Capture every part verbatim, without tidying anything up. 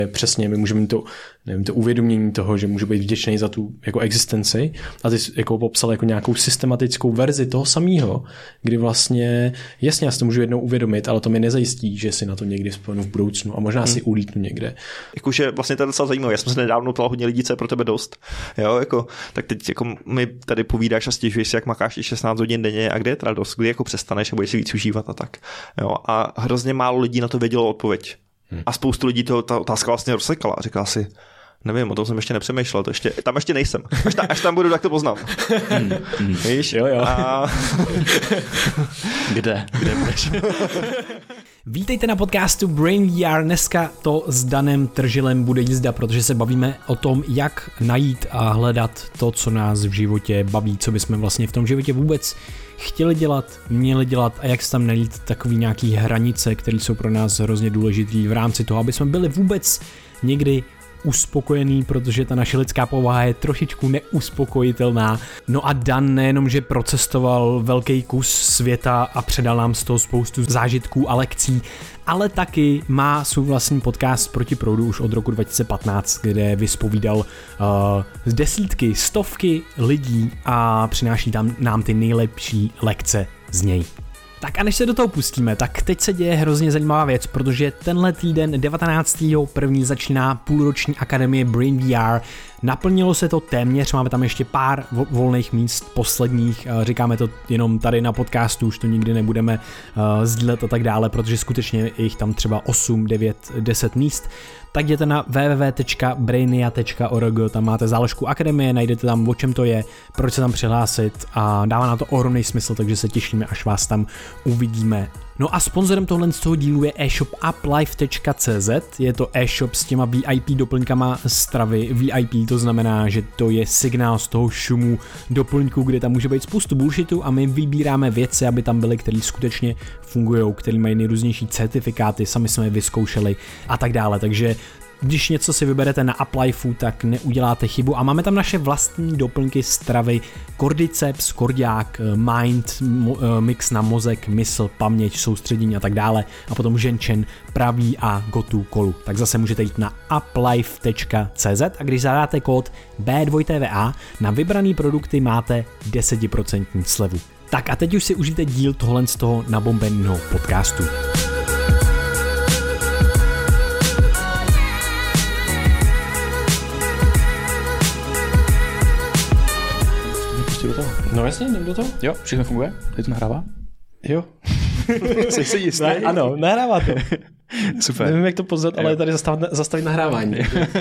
Přesně, my můžeme mít to, nevím, to uvědomění toho, že můžu být vděčný za tu jako existenci a ty jako popsal jako nějakou systematickou verzi toho samého, kdy vlastně, jasně, já si to můžu jednou uvědomit, ale to mi nezajistí, že si na to někdy vzpomenu v budoucnu a možná hmm. si ulítnu někde. Jakože vlastně to je docela zajímavé, já jsem se nedávno ptal hodně lidí, co je pro tebe dost, jo, jako, tak teď jako mi tady povídáš a stěžuješ si, jak makáš i šestnáct hodin denně a kde je teda dost, kdy jako přestaneš a budeš si víc užívat a tak, jo, a hrozně málo lidí na to vědělo odpověď. Hmm. A spoustu lidí to ta otázka vlastně rozsekala a říkala si, nevím, o tom jsem ještě nepřemýšlel, to ještě, tam ještě nejsem. Až, ta, až tam budu, tak to poznám. Hmm. Hmm. Víš? Jo, jo. A... Kde? Kde budeš? Vítejte na podcastu Brain V R. Dneska to s Danem Tržilem bude jízda, protože se bavíme o tom, jak najít a hledat to, co nás v životě baví, co bychom vlastně v tom životě vůbec chtěli dělat, měli dělat a jak se tam najít takový nějaký hranice, které jsou pro nás hrozně důležitý v rámci toho, aby jsme byli vůbec někdy uspokojený, protože ta naše lidská povaha je trošičku neuspokojitelná. No a Dan nejenom, že procestoval velký kus světa a předal nám z toho spoustu zážitků a lekcí, ale taky má svůj vlastní podcast Proti proudu už od roku dva tisíce patnáct, kde vyspovídal uh, desítky, stovky lidí a přináší tam nám ty nejlepší lekce z něj. Tak a než se do toho pustíme, tak teď se děje hrozně zajímavá věc, protože tenhle týden devatenáctého prvního začíná půlroční akademie Brain V R. Naplnilo se to téměř, máme tam ještě pár volných míst posledních, říkáme to jenom tady na podcastu, už to nikdy nebudeme uh, sdílet a tak dále, protože skutečně je jich tam třeba osm, devět, deset míst. Tak jděte na w w w tečka brainia tečka org, tam máte záložku akademie, najdete tam, o čem to je, proč se tam přihlásit a dává na to ohromný smysl, takže se těšíme, až vás tam uvidíme. No a sponzorem tohle z toho dílu je e-shop uplife tečka cé zet, je to e-shop s těma V I P doplňkama stravy. V I P to znamená, že to je signál z toho šumu doplňku, kde tam může být spoustu bullshitu a my vybíráme věci, aby tam byly, které skutečně fungují, které mají nejrůznější certifikáty, sami jsme je vyzkoušeli a tak dále, takže když něco si vyberete na Uplifeu, tak neuděláte chybu a máme tam naše vlastní doplňky stravy, Cordyceps, Kordiák, Mind, mix na mozek, mysl, paměť, soustředění a tak dále a potom ženčen, pravý a gotu kolu. Tak zase můžete jít na uplife tečka cé zet a když zadáte kód B dva T V A, na vybraný produkty máte deset procent slevu. Tak a teď už si užijte díl tohle z toho nabombeného podcastu. No jasně, jdem do toho. Jo, všechno funguje? Teď to nahrává? Jo. Jsi si jistý? Ne, ano, nahrává to. Super. Nevím, jak to poznat, ale je tady zastavit, zastavit nahrávání.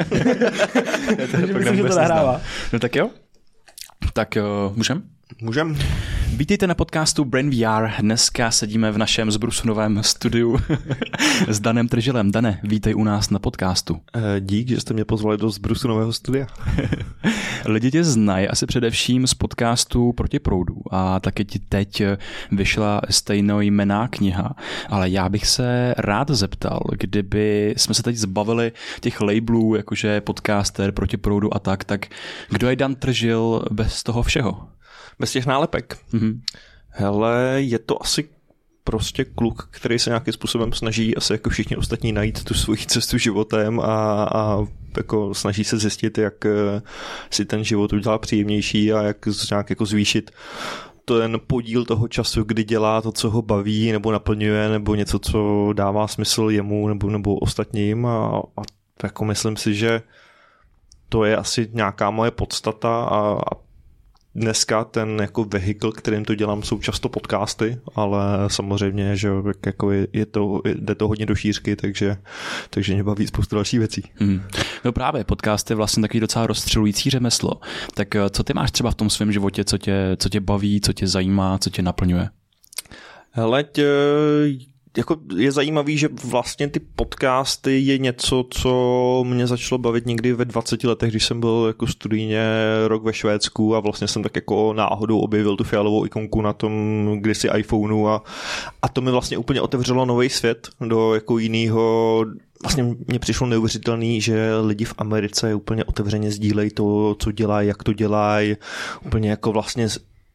Takže myslím, že to nahrává. No tak jo. Tak uh, můžem? Můžem. Vítejte na podcastu Brain V R. Dneska sedíme v našem zbrusunovém studiu s Danem Tržilem. Dane, vítej u nás na podcastu. Dík, že jste mě pozvali do zbrusunového studia. Lidi tě znají asi především z podcastu Proti proudu a taky ti teď vyšla stejnojmenná kniha, ale já bych se rád zeptal, kdyby jsme se teď zbavili těch labelů, jakože podcaster Proti proudu a tak, tak kdo je Dan Tržil bez toho všeho? Bez těch nálepek. Mm-hmm. Hele, je to asi prostě kluk, který se nějakým způsobem snaží asi jako všichni ostatní najít tu svoji cestu životem a, a jako snaží se zjistit, jak si ten život udělá příjemnější a jak nějak jako zvýšit ten podíl toho času, kdy dělá to, co ho baví nebo naplňuje, nebo něco, co dává smysl jemu nebo, nebo ostatním a, a jako myslím si, že to je asi nějaká moje podstata a, a dneska ten jako vehikl, kterým to dělám, jsou často podcasty, ale samozřejmě, že jako je, je to, jde to hodně do šířky, takže, takže mě baví spoustu dalších věcí. Hmm. No právě, podcast je vlastně takový docela rozstřelující řemeslo. Tak co ty máš třeba v tom svém životě, co tě, co tě baví, co tě zajímá, co tě naplňuje? Hele, tě, jako je zajímavý, že vlastně ty podcasty je něco, co mě začalo bavit někdy ve dvaceti letech, když jsem byl jako studijně rok ve Švédsku a vlastně jsem tak jako náhodou objevil tu fialovou ikonku na tom kdysi iPhoneu a, a to mi vlastně úplně otevřelo nový svět do jako jinýho. Vlastně mně přišlo neuvěřitelný, že lidi v Americe úplně otevřeně sdílejí to, co dělají, jak to dělají, úplně jako vlastně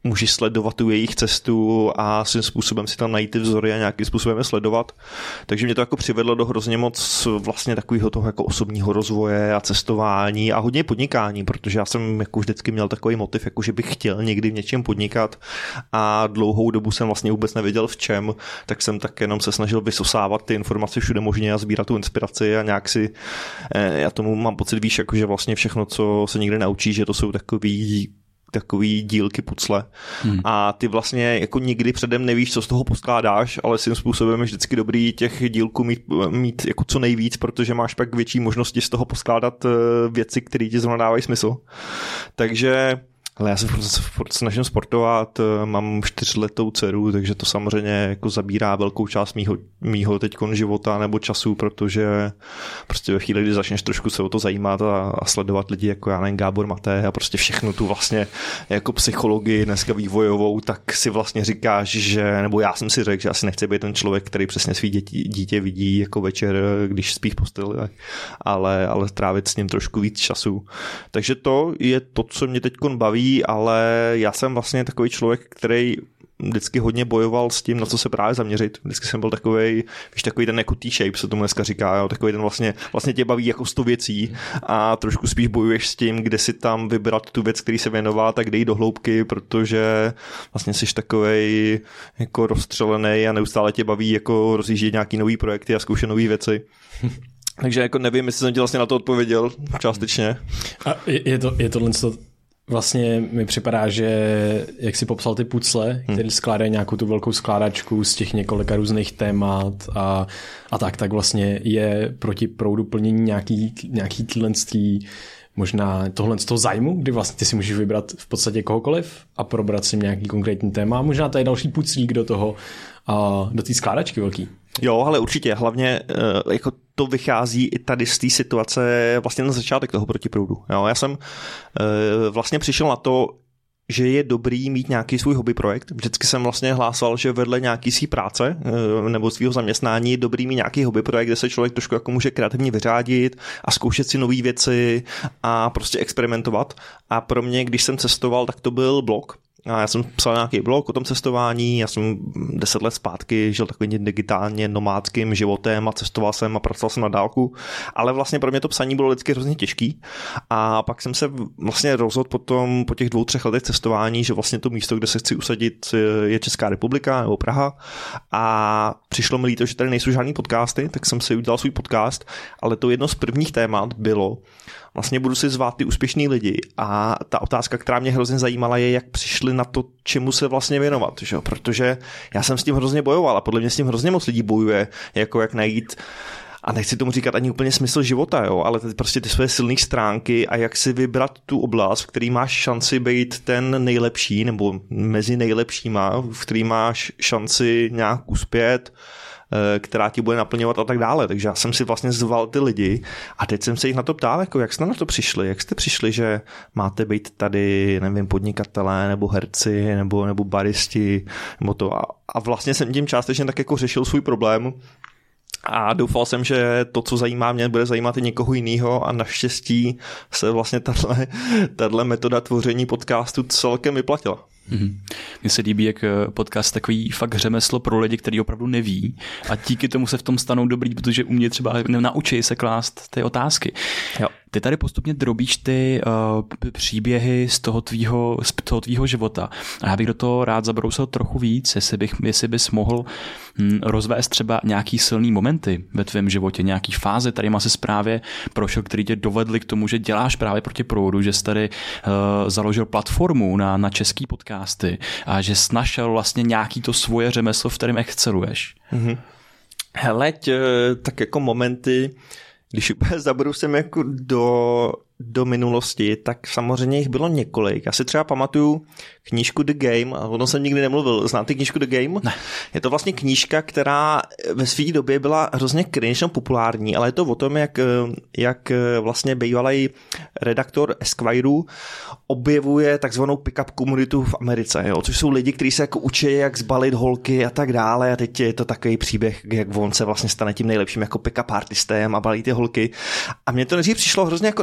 můžeš sledovat tu jejich cestu a svým způsobem si tam najít ty vzory a nějakým způsobem je sledovat. Takže mě to jako přivedlo do hrozně moc vlastně takového toho jako osobního rozvoje a cestování a hodně podnikání, protože já jsem jako vždycky měl takový motiv, jako že bych chtěl někdy v něčem podnikat a dlouhou dobu jsem vlastně vůbec nevěděl v čem, tak jsem tak jenom se snažil vysosávat ty informace všude možně a sbírat tu inspiraci a nějak si, já tomu mám pocit, víš, jako že vlastně všechno, co se někde naučí, že to jsou takový takový dílky pucle hmm. a ty vlastně jako nikdy předem nevíš, co z toho poskládáš, ale svým způsobem je vždycky dobrý těch dílků mít, mít jako co nejvíc, protože máš pak větší možnosti z toho poskládat věci, které ti zrovna dávají smysl. Takže ale já se furt snažím sportovat, mám čtyřletou dceru, takže to samozřejmě jako zabírá velkou část mýho, mýho teďkon života nebo času, protože prostě ve chvíli, kdy začneš trošku se o to zajímat a, a sledovat lidi jako já nevím, Gábor Maté a prostě všechno tu vlastně jako psychologii dneska vývojovou, tak si vlastně říkáš, že, nebo já jsem si řekl, že asi nechci být ten člověk, který přesně svý děti, dítě vidí jako večer, když spí v posteli, ale, ale trávit s ním trošku víc času. Takže to je to, co mě teďkon baví, ale já jsem vlastně takový člověk, který vždycky hodně bojoval s tím, na co se právě zaměřit. Vždycky jsem byl takovej, víš, takový ten jako T-shape se tomu dneska říká, jo? Takový ten vlastně, vlastně tě baví jako sto věcí a trošku spíš bojuješ s tím, kde si tam vybrat tu věc, který se věnoval, tak kde jít do hloubky, protože vlastně jsi takovej jako rozstřelený a neustále tě baví jako rozjíždět nějaký nový projekty a zkoušet nový věci. Takže jako nevím, jestli jsem ti vlastně na to odpověděl částečně. A je, je to, je tohle vlastně mi připadá, že jak si popsal ty pucle, které hmm. skládají nějakou tu velkou skládačku z těch několika různých témat a, a tak, tak vlastně je proti proudu plnění nějaký, nějaký tlenství, možná tohle z toho zájmu, kdy vlastně ty si můžeš vybrat v podstatě kohokoliv a probrat si nějaký konkrétní téma. Možná to je další puclík do toho, a do té skládačky velký. Jo, ale určitě, hlavně jako to vychází i tady z té situace vlastně na začátek toho protiproudu. Jo, já jsem vlastně přišel na to, že je dobrý mít nějaký svůj hobby projekt. Vždycky jsem vlastně hlásal, že vedle nějaký svý práce nebo svého zaměstnání je dobrý mít nějaký hobby projekt, kde se člověk trošku jako může kreativně vyřádit a zkoušet si nové věci a prostě experimentovat. A pro mě, když jsem cestoval, tak to byl blog. A já jsem psal nějaký blog o tom cestování, já jsem deset let zpátky žil takovým digitálně nomádským životem a cestoval jsem a pracoval jsem na dálku, ale vlastně pro mě to psaní bylo vždycky hrozně těžký a pak jsem se vlastně rozhodl potom po těch dvou, třech letech cestování, že vlastně to místo, kde se chci usadit, je Česká republika nebo Praha a přišlo mi líto, že tady nejsou žádný podcasty, tak jsem si udělal svůj podcast, ale to jedno z prvních témat bylo, vlastně budu si zvát ty úspěšný lidi a ta otázka, která mě hrozně zajímala, je, jak přišli na to, čemu se vlastně věnovat, že? Protože já jsem s tím hrozně bojoval a podle mě s tím hrozně moc lidí bojuje, jako jak najít, a nechci tomu říkat ani úplně smysl života, jo, ale prostě ty své silné stránky a jak si vybrat tu oblast, v který máš šanci být ten nejlepší nebo mezi nejlepšíma, v který máš šanci nějak uspět, která ti bude naplňovat a tak dále. Takže já jsem si vlastně zval ty lidi a teď jsem se jich na to ptal, jako jak jste na to přišli, jak jste přišli, že máte být tady, nevím, podnikatelé nebo herci nebo, nebo baristi nebo to a, a vlastně jsem tím částečně tak jako řešil svůj problém a doufal jsem, že to, co zajímá mě, bude zajímat i někoho jiného a naštěstí se vlastně tahle metoda tvoření podcastu celkem vyplatila. Mm-hmm. Mně se líbí, jak podcast takový fakt řemeslo pro lidi, kteří opravdu neví a díky tomu se v tom stanou dobrý, protože umějí třeba naučí se klást ty otázky. Jo. Ty tady postupně drobíš ty uh, příběhy z toho tvýho, z toho tvýho života a já bych do toho rád zabrousil trochu víc, jestli, bych, jestli bys mohl hm, rozvést třeba nějaký silný momenty ve tvém životě, nějaký fáze, tady má se právě prošel, který tě dovedli k tomu, že děláš právě proti proudu, že jsi tady uh, založil platformu na, na český podcasty a že jsi našel vlastně nějaký to svoje řemeslo, v kterém exceluješ. Mm-hmm. Hele, tak jako momenty, když úplně zabrousím jako do, do minulosti, tak samozřejmě jich bylo několik. Já si třeba pamatuju knížku The Game, a o tom jsem nikdy nemluvil. Znáte knížku The Game? Ne. Je to vlastně knížka, která ve své době byla hrozně cringe populární, ale je to o tom, jak, jak vlastně bývalý redaktor Esquireu objevuje takzvanou pick-up komunitu v Americe, jo? Což jsou lidi, kteří se jako učí, jak zbalit holky a tak dále a teď je to takový příběh, jak on se vlastně stane tím nejlepším jako pick-up artistem a balí ty holky. A mně to nejdřív přišlo hrozně jako takový vtip.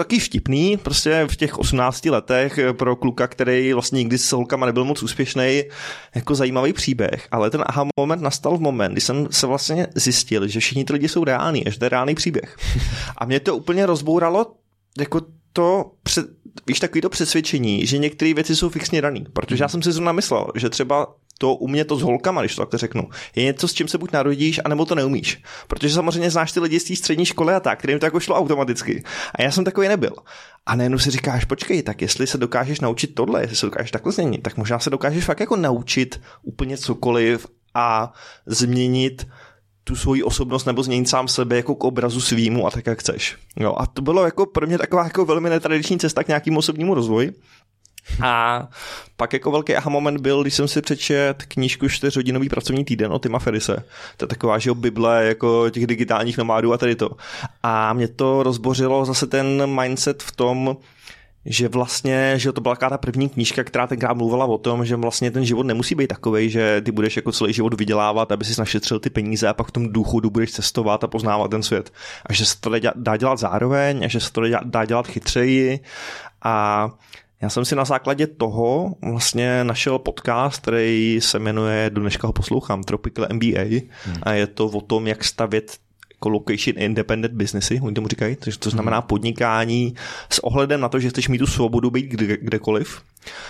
vtipný, prostě v těch osmnácti letech pro kluka, který vlastně nikdy s holkama nebyl moc úspěšný, jako zajímavý příběh, ale ten aha moment nastal v moment, kdy jsem se vlastně zjistil, že všichni ty lidi jsou reální, že to je reálný příběh. A mě to úplně rozbouralo, jako to, před, víš, takový to přesvědčení, že některé věci jsou fixně daný, protože já jsem si zrovna myslel, že třeba to u mě to s holkama, když to tak řeknu, je něco, s čím se buď narodíš, anebo to neumíš. Protože samozřejmě znáš ty lidi z té střední školy a tak, kterým to jako šlo automaticky. A já jsem takový nebyl. A najednou si říkáš, počkej, tak jestli se dokážeš naučit tohle, jestli se dokážeš takhle změnit, tak možná se dokážeš fakt jako naučit úplně cokoliv a změnit tu svoji osobnost nebo změnit sám sebe jako k obrazu svýmu a tak, jak chceš. Jo, a to bylo jako pro mě taková jako velmi netradiční cesta k nějakému osobnímu rozvoji. A pak jako velký aha moment byl, když jsem si přečet knížku čtyřhodinový pracovní týden od Tima Ferrise. To je taková, že jo, bible jako těch digitálních nomádů a tady to. A mě to rozbořilo zase ten mindset v tom, že vlastně, že to byla taková ta první knížka, která tenkrát mluvila o tom, že vlastně ten život nemusí být takovej, že ty budeš jako celý život vydělávat, aby si našetřil ty peníze a pak v tom důchodu budeš cestovat a poznávat ten svět. A že se to dá dělat zároveň a že se to dá dělat chytřeji. A já jsem si na základě toho vlastně našel podcast, který se jmenuje, do dneška ho poslouchám, Tropical M B A hmm. a je to o tom, jak stavět jako location independent businessy, oni tomu říkají, to znamená podnikání s ohledem na to, že chceš mít tu svobodu být kde, kdekoliv.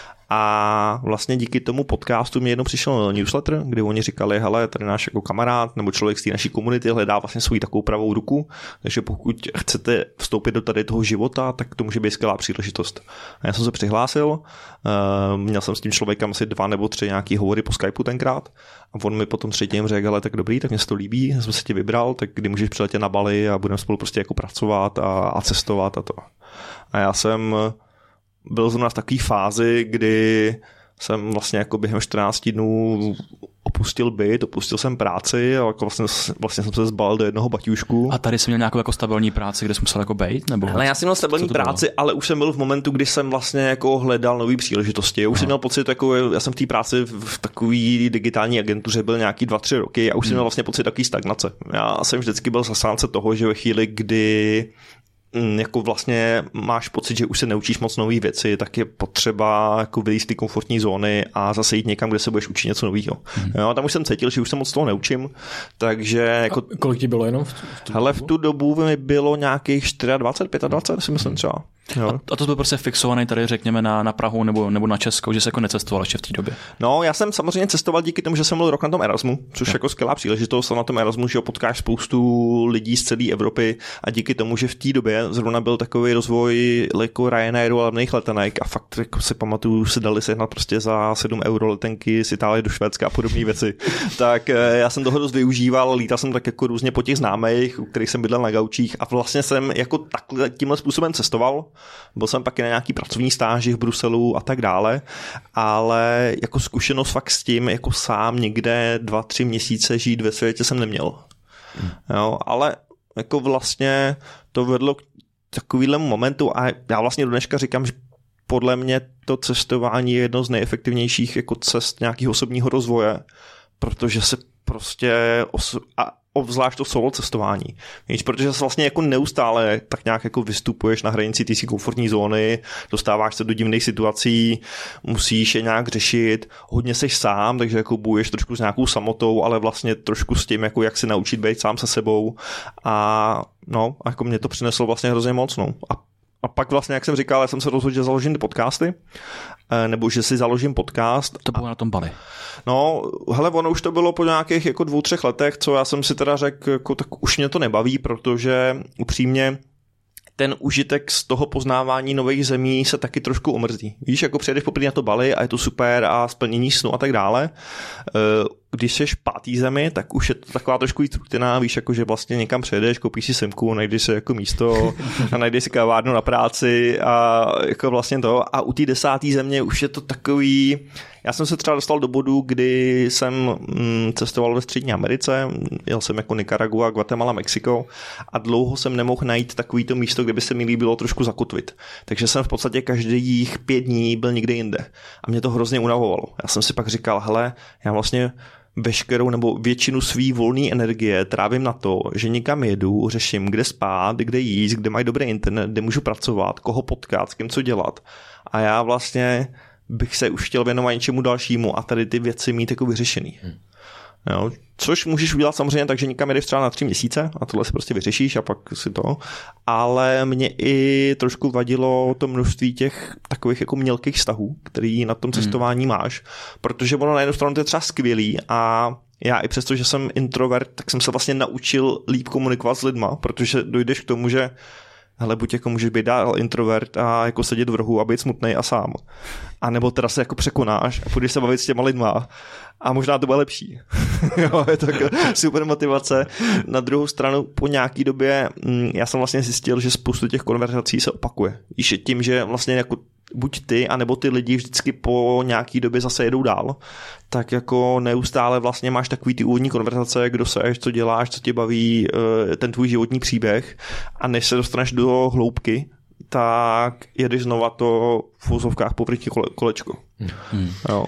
A vlastně díky tomu podcastu mě jednou přišel newsletter, kdy oni říkali, hele, tady náš jako kamarád nebo člověk z té naší komunity hledá vlastně svoji takovou pravou ruku, takže pokud chcete vstoupit do tady toho života, tak to může být skvělá příležitost. A já jsem se přihlásil, měl jsem s tím člověkem asi dva nebo tři nějaký hovory po Skypeu tenkrát a on mi potom třetím řekl, ale tak dobrý, tak mě se to líbí, já jsem se tě vybral, tak kdy můžeš přiletět na Bali a budeme spolu prostě jako pracovat a, a cestovat a to. A já jsem byl zrovna v takové fázi, kdy jsem vlastně jako během čtrnácti dnů opustil byt, opustil jsem práci a jako vlastně, vlastně jsem se zbalil do jednoho baťušku. A tady jsem měl nějakou jako stabilní práci, kde jsem musel jako bejt? Nebo ale já jsem měl stabilní práci, bylo? Ale už jsem byl v momentu, kdy jsem vlastně jako hledal nové příležitosti. Už Aha. jsem měl pocit, jako já jsem v té práci v takové digitální agentuře byl nějaký dva, tři roky a už hmm. jsem měl vlastně pocit takové stagnace. Já jsem vždycky byl zasánce toho, že ve chvíli, kdy jako vlastně máš pocit, že už se neučíš moc nových věcí, tak je potřeba jako vylít z té komfortní zóny a zase jít někam, kde se budeš učit něco nového. Hmm. Jo, tam už jsem cítil, že už se moc toho neučím, takže jako... A kolik ti bylo jenom v tu hele, v tu dobu mi bylo nějakých dvacet čtyři, dvacet pět, si myslím třeba. Jo. A, a to byl prostě fixovaný tady, řekněme, na, na Prahu nebo, nebo na Česko, že se jako necestoval ještě v té době. No, já jsem samozřejmě cestoval díky tomu, že jsem byl rok na tom Erasmu, což je jako skvělá příležitost a na tom Erasmu, že potkáš spoustu lidí z celé Evropy a díky tomu, že v té době zrovna byl takový rozvoj jako Ryanairu a levných letenek a fakt jako si pamatuju, se dali sehnat prostě za sedm euro letenky z Itálie do Švédska a podobné věci. Tak já jsem toho dost využíval, lítal jsem tak jako různě po těch známých, u kterých jsem bydlel na gaučích a vlastně jsem jako takhle tímhle způsobem cestoval. Byl jsem pak i na nějaký pracovní stáži v Bruselu a tak dále, ale jako zkušenost fakt s tím, jako sám někde dva, tři měsíce žít ve světě jsem neměl. Hmm. Jo, ale jako vlastně to vedlo k takovýhlemu momentu a já vlastně do dneška říkám, že podle mě to cestování je jedno z nejefektivnějších jako cest nějakého osobního rozvoje, protože se prostě oso- a obzvlášť to solo cestování. Víš, protože se vlastně jako neustále tak nějak jako vystupuješ na hranici té komfortní zóny, dostáváš se do divných situací, musíš je nějak řešit, hodně seš sám, takže jako bojuješ trošku s nějakou samotou, ale vlastně trošku s tím, jako jak se naučit být sám se sebou a no, a jako mě to přineslo vlastně hrozně moc, no. A A pak vlastně, jak jsem říkal, já jsem se rozhodl, že založím ty podcasty, nebo že si založím podcast. To bylo na tom Bali. No, hele, ono už to bylo po nějakých jako dvou, třech letech, co já jsem si teda řekl, jako, tak už mě to nebaví, protože upřímně ten užitek z toho poznávání nových zemí se taky trošku omrzí. Víš, jako přijedeš poprvé na to Bali a je to super a splnění snu a tak dále. Když jsi v pátý zemi, tak už je to taková trošku rutina, víš, jako že vlastně někam přijedeš, koupíš si simku, najdeš si jako místo a najdeš si kavárnu na práci a jako vlastně to. A u té desátý země už je to takový... Já jsem se třeba dostal do bodu, kdy jsem mm, cestoval ve Střední Americe, jel jsem jako Nicaragua, Guatemala, Mexiko a dlouho jsem nemohl najít takovýto místo, kde by se mi líbilo trošku zakotvit. Takže jsem v podstatě každých pět dní byl někde jinde a mě to hrozně unavovalo. Já jsem si pak říkal, hele, já vlastně veškerou nebo většinu svý volné energie trávím na to, že někam jedu, řeším, kde spát, kde jíst, kde mají dobrý internet, kde můžu pracovat, koho potkat, s kým co dělat. A já vlastně bych se už chtěl věnovat něčemu dalšímu a tady ty věci mít jako vyřešený. Hmm. Jo, což můžeš udělat samozřejmě tak, že někam jdeš třeba na tři měsíce a tohle si prostě vyřešíš a pak si to. Ale mě i trošku vadilo to množství těch takových jako mělkých vztahů, který na tom cestování hmm. máš, protože ono na jednu stranu to je třeba skvělý a já i přesto, že jsem introvert, tak jsem se vlastně naučil líp komunikovat s lidma, protože dojdeš k tomu, že hele, buď jako můžeš být dál introvert a jako sedět v rohu a být smutnej a sám. A nebo teda se jako překonáš a půjdeš se bavit s těma lidma a možná to bude lepší. Jo, je to jako super motivace. Na druhou stranu po nějaký době já jsem vlastně zjistil, že spoustu těch konverzací se opakuje. Víš, tím, že vlastně jako buď ty, anebo ty lidi vždycky po nějaký době zase jedou dál, tak jako neustále vlastně máš takový ty úvodní konverzace, kdo seš, co děláš, co tě baví, ten tvůj životní příběh a než se dostaneš do hloubky, tak jedeš znova to v úzovkách povrchní kole, kolečko. Hmm. Jo.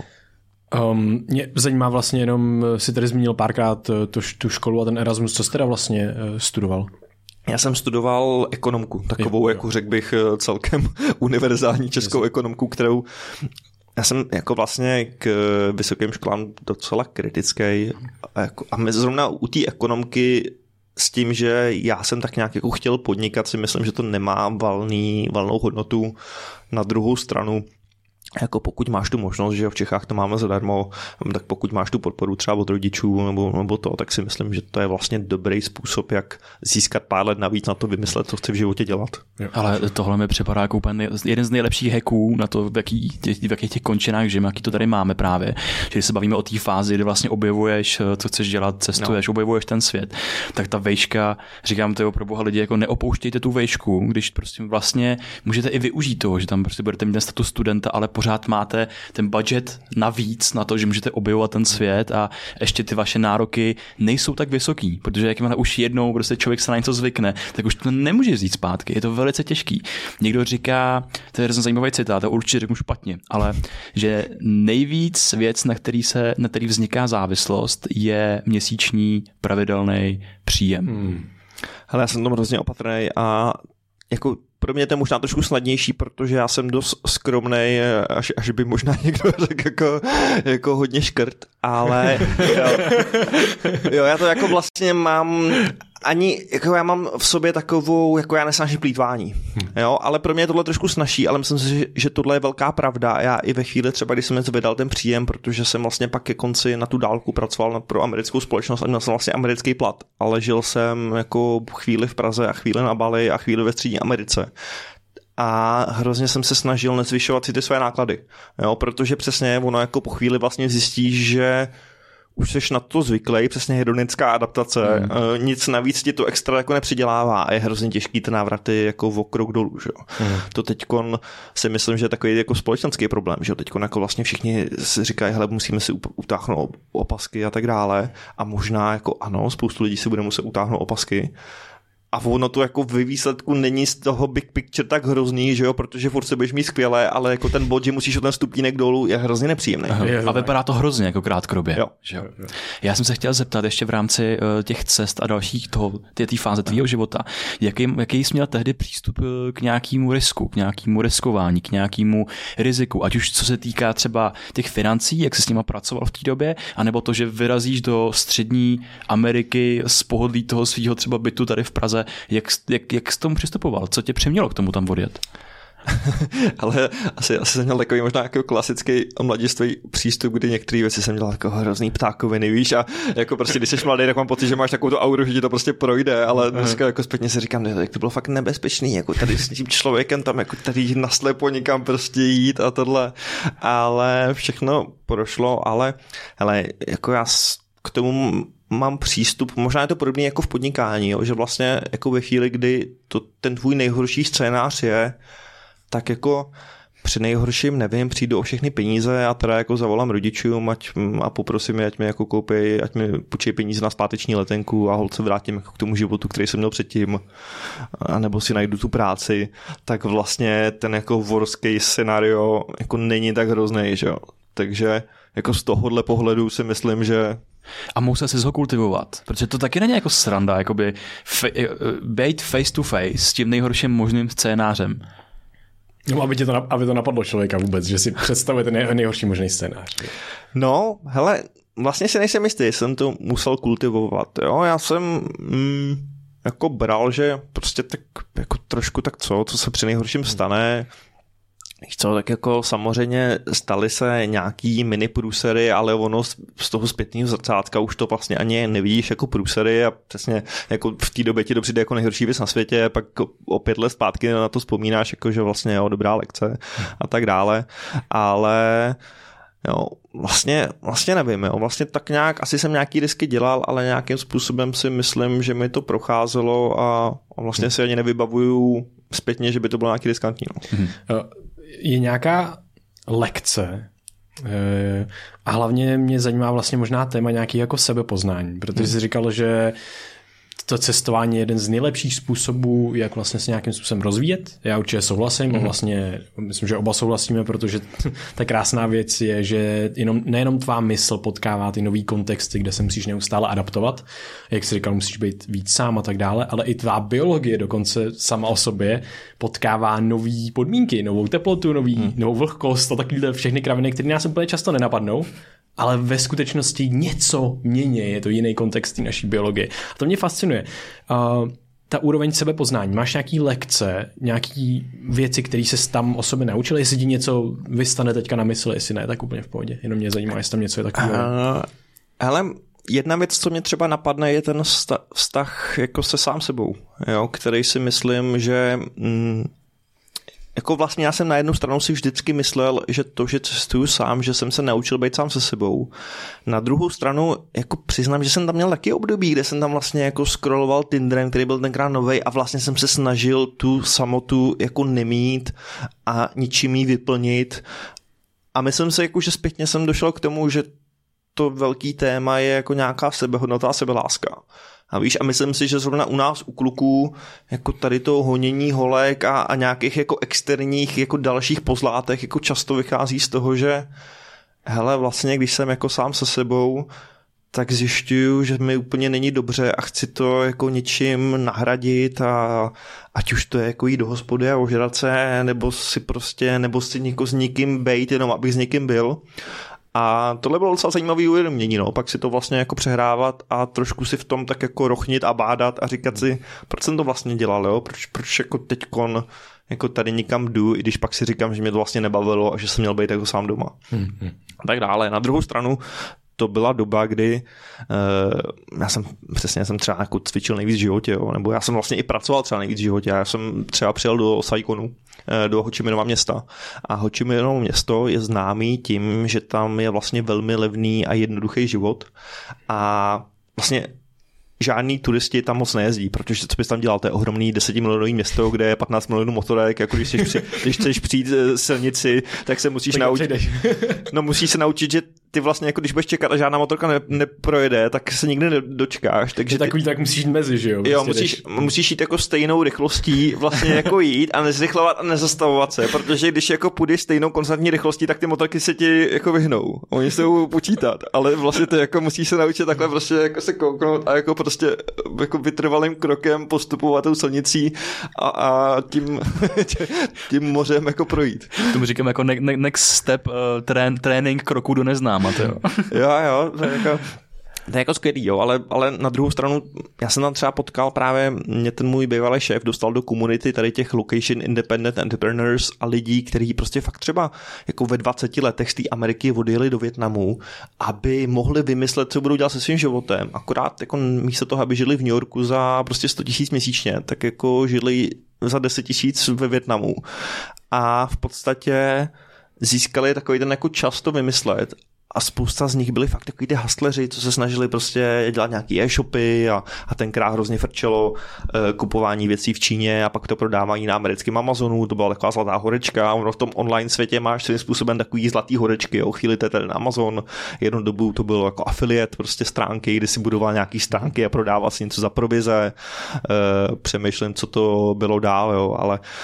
Um, mě zajímá vlastně jenom, si tady zmínil párkrát tu, tu školu a ten Erasmus, co jsi teda vlastně uh, studoval? Já jsem studoval ekonomku, takovou, jo, jako řekl bych, celkem univerzální českou Jasně. ekonomku, kterou já jsem jako vlastně k vysokým školám docela kritický a, jako, a zrovna u té ekonomky s tím, že já jsem tak nějak jako chtěl podnikat, si myslím, že to nemá valný, valnou hodnotu. Na druhou stranu, jako pokud máš tu možnost, že v Čechách to máme zadarmo, tak pokud máš tu podporu třeba od rodičů nebo, nebo to, tak si myslím, že to je vlastně dobrý způsob, jak získat pár let navíc na to vymyslet, co chci v životě dělat. Ale tohle mi připadá jako úplně jeden z nejlepších hacků na to, v, jaký, v jakých těch končinách žijeme, jaký to tady máme právě. Že když se bavíme o té fázi, kdy vlastně objevuješ, co chceš dělat, cestuješ, no. objevuješ ten svět, tak ta vejška, říkám to pro boha lidi, jako neopouštějte tu vejšku, když prostě vlastně můžete i využít toho, že tam prostě budete mít ten status studenta, ale pořád máte ten budget navíc na to, že můžete objevovat ten svět a ještě ty vaše nároky nejsou tak vysoký, protože jakmile už jednou prostě člověk se na něco zvykne, tak už to nemůže vzít zpátky. Je to velice těžký. Někdo říká, to je zajímavý citát, to určitě řeknu špatně, ale že nejvíc věc, na který se, na který vzniká závislost, je měsíční pravidelný příjem. Hmm. Hele, já jsem tomu hrozně opatrný a jako pro mě to je možná trošku snadnější, protože já jsem dost skromnej, až, až by možná někdo řekl jako, jako hodně škrt, ale jo, jo, já to jako vlastně mám ani, jako já mám v sobě takovou, jako já nesnáším plýtvání, jo, ale pro mě je tohle trošku snažší, ale myslím si, že, že tohle je velká pravda. Já i ve chvíli třeba, když jsem něco vydal ten příjem, protože jsem vlastně pak ke konci na tu dálku pracoval pro americkou společnost a měl jsem vlastně americký plat, ale žil jsem jako chvíli v Praze a chvíli na Bali a chvíli ve Střední Americe. A hrozně jsem se snažil nezvyšovat si ty své náklady, jo, protože přesně ono jako po chvíli vlastně zjistíš, že už jsi na to zvyklý, přesně hedonická adaptace, mm. nic navíc ti to extra jako nepřidělává a je hrozně těžký ty návraty jako v okrok dolů, že jo. Mm. To teďkon si myslím, že je takový jako společenský problém, že jo, teďkon jako vlastně všichni si říkají, hele, musíme si utáhnout opasky a tak dále a možná jako ano, spoustu lidí si bude muset utáhnout opasky, a ono to jako ve výsledku není z toho big picture tak hrozný, že jo, protože furt se budeš mít skvěle, ale jako ten bod, že musíš o ten stupínek dolů, je hrozně nepříjemný. A vypadá to hrozně jako krátkodobě. Jo. Že jo. Já jsem se chtěl zeptat ještě v rámci uh, těch cest a dalších toho, té fáze tvýho života, jaký, jaký jsi měl tehdy přístup k nějakému risku, k nějakému riskování, k nějakému riziku, ať už co se týká třeba těch financí, jak jsi s nima pracoval v té době, anebo to, že vyrazíš do střední Ameriky z pohodlí toho svého třeba bytu tady v Praze. Jak, jak, jak jsi tomu přistupoval? Co tě přimělo k tomu tam odjet? Ale asi, asi jsem měl takový možná jako klasický mladistvý přístup, kdy některé věci jsem dělal jako hrozný ptákoviny, víš, a jako prostě, když jsi mladý, tak mám pocit, že máš takovou tu auru, že ti to prostě projde, ale dneska jako zpětně si říkám, ne, to bylo fakt nebezpečný, jako tady s tím člověkem tam jako tady naslepo někam prostě jít a tohle, ale všechno prošlo, ale hele, jako já k tomu mám přístup, možná je to podobný jako v podnikání, jo, že vlastně jako ve chvíli, kdy to, ten tvůj nejhorší scénář je, tak jako při nejhorším, nevím, přijdu o všechny peníze a teda jako zavolám rodičům ať, a poprosím je, ať mi jako koupí, ať mi půjčí peníze na zpáteční letenku a holt se vrátím jako k tomu životu, který jsem měl předtím, anebo si najdu tu práci, tak vlastně ten jako worst case scenario jako není tak hrozný, že jo. Takže jako z tohohle pohledu si myslím, že A musel si ho kultivovat, protože to taky není jako sranda, jakoby fe- být face to face s tím nejhorším možným scénářem. No, aby, tě to, aby to napadlo člověka vůbec, že si představuje ten nej, nejhorší možný scénář. No, hele, vlastně si nejsem jistý, jsem to musel kultivovat. Jo? Já jsem mm, jako bral, že prostě tak jako trošku tak co, co se při nejhorším stane. Co, tak jako samozřejmě staly se nějaký mini průsery, ale ono z toho zpětného zrcátka už to vlastně ani nevidíš jako průsery a přesně jako v té době ti to přijde jako nejhorší věc na světě, pak o pět let zpátky na to vzpomínáš, jako že vlastně jo, dobrá lekce a tak dále, ale jo, vlastně, vlastně nevím, jo, vlastně tak nějak, asi jsem nějaký risky dělal, ale nějakým způsobem si myslím, že mi to procházelo a, a vlastně si ani nevybavuju zpětně, že by to bylo nějaký riskantní. No. Mhm. Je nějaká lekce a hlavně mě zajímá vlastně možná téma nějaký jako sebepoznání, protože jsi říkal, že to cestování je jeden z nejlepších způsobů, jak vlastně se nějakým způsobem rozvíjet. Já určitě souhlasím mm. a vlastně myslím, že oba souhlasíme, protože ta krásná věc je, že jenom, nejenom tvá mysl potkává ty nový kontexty, kde se musíš neustále adaptovat, jak jsi říkal, musíš být víc sám a tak dále, ale i tvá biologie dokonce sama o sobě potkává nový podmínky, novou teplotu, nový, mm. novou vlhkost a takovýhle všechny kraviny, které nás úplně často nenapadnou. Ale ve skutečnosti něco mění, je to jiný kontext naší biologie. A to mě fascinuje. Uh, ta úroveň sebepoznání. Máš nějaký lekce, nějaký věci, které se tam o sobě naučil? Jestli ti něco vystane teďka na mysli, jestli ne, tak úplně v pohodě. Jenom mě zajímá, jestli tam něco je takového. Uh, hele, jedna věc, co mě třeba napadne, je ten vztah jako se sám sebou, jo, který si myslím, že... Mm, jako vlastně já jsem na jednu stranu si vždycky myslel, že to, že cestuju sám, že jsem se naučil být sám se sebou. Na druhou stranu jako přiznám, že jsem tam měl taky období, kde jsem tam vlastně jako scrolloval Tinderem, který byl tenkrát novej a vlastně jsem se snažil tu samotu jako nemít a ničím jí vyplnit. A myslím si, jako, že zpětně jsem došel k tomu, že to velký téma je jako nějaká sebehodnota a sebeláska. A víš, a myslím si, že zrovna u nás, u kluků, jako tady to honění holek a, a nějakých jako externích jako dalších pozlátek jako často vychází z toho, že hele, vlastně, když jsem jako sám se sebou, tak zjišťuju, že mi úplně není dobře a chci to jako něčím nahradit a ať už to je jako jít do hospody a ožrat se, nebo si prostě, nebo si něko s někým bejt, jenom abych s někým byl. A tohle bylo docela zajímavé uvědomění, no. Pak si to vlastně jako přehrávat a trošku si v tom tak jako rochnit a bádat a říkat si, proč jsem to vlastně dělal, jo? Proč, proč jako teďkon jako tady nikam jdu, i když pak si říkám, že mě to vlastně nebavilo a že jsem měl být jako sám doma. Hmm. A tak dále. Na druhou stranu to byla doba, kdy uh, já jsem přesně jsem třeba jako cvičil nejvíc v životě, jo? Nebo já jsem vlastně i pracoval třeba nejvíc v životě. Já jsem třeba přijel do Saigonu, do Ho Chi Minhova města. A Ho Chi Minhovo město je známý tím, že tam je vlastně velmi levný a jednoduchý život. A vlastně žádný turisti tam moc nejezdí, protože co bys tam dělal, to je ohromný desetimilionový město, kde je patnáct milionů motorek, jako když chceš, při, když chceš přijít silnici, tak se musíš naučit. No musíš se naučit, že ty vlastně jako když budeš čekat a žádná motorka ne, neprojede, tak se nikdy nedočkáš. Takže takový ty, tak musíš jít mezi, že jo? Jo, musíš, musíš jít jako stejnou rychlostí vlastně jako jít a nezrychlovat a nezastavovat se, protože když jako půjdeš stejnou konstantní rychlostí, tak ty motorky se ti jako vyhnou. Oni se budou počítat, ale vlastně ty jako musíš se naučit takhle prostě jako se kouknout a jako prostě jako vytrvalým krokem postupovat tou silnicí a, a tím, tím mořem jako projít. Tomu říkám jako ne, ne, next step uh, trén, trénink kroku do neznáma. Jo, jo, jo to je jako, to je jako skvělý, jo, ale, ale na druhou stranu já jsem tam třeba potkal právě, mě ten můj bývalý šéf dostal do komunity tady těch location independent entrepreneurs a lidí, kteří prostě fakt třeba jako ve dvaceti letech z té Ameriky odjeli do Vietnamu, aby mohli vymyslet, co budou dělat se svým životem. Akorát jako místo toho, aby žili v New Yorku za prostě sto tisíc měsíčně, tak jako žili za deset tisíc ve Vietnamu. A v podstatě získali takový ten jako čas to vymyslet. A spousta z nich byli fakt takový ty hustleři, co se snažili prostě dělat nějaký e-shopy a, a tenkrát hrozně frčelo e, kupování věcí v Číně a pak to prodávání na americkém Amazonu, to byla taková zlatá horečka a ono v tom online světě máš svým způsobem takový zlatý horečky, jo, chvíli to je ten Amazon, jednu dobu to bylo jako affiliate, prostě stránky, kdy si budoval nějaký stránky a prodával si něco za provize, e, přemýšlím, co to bylo dál, jo, ale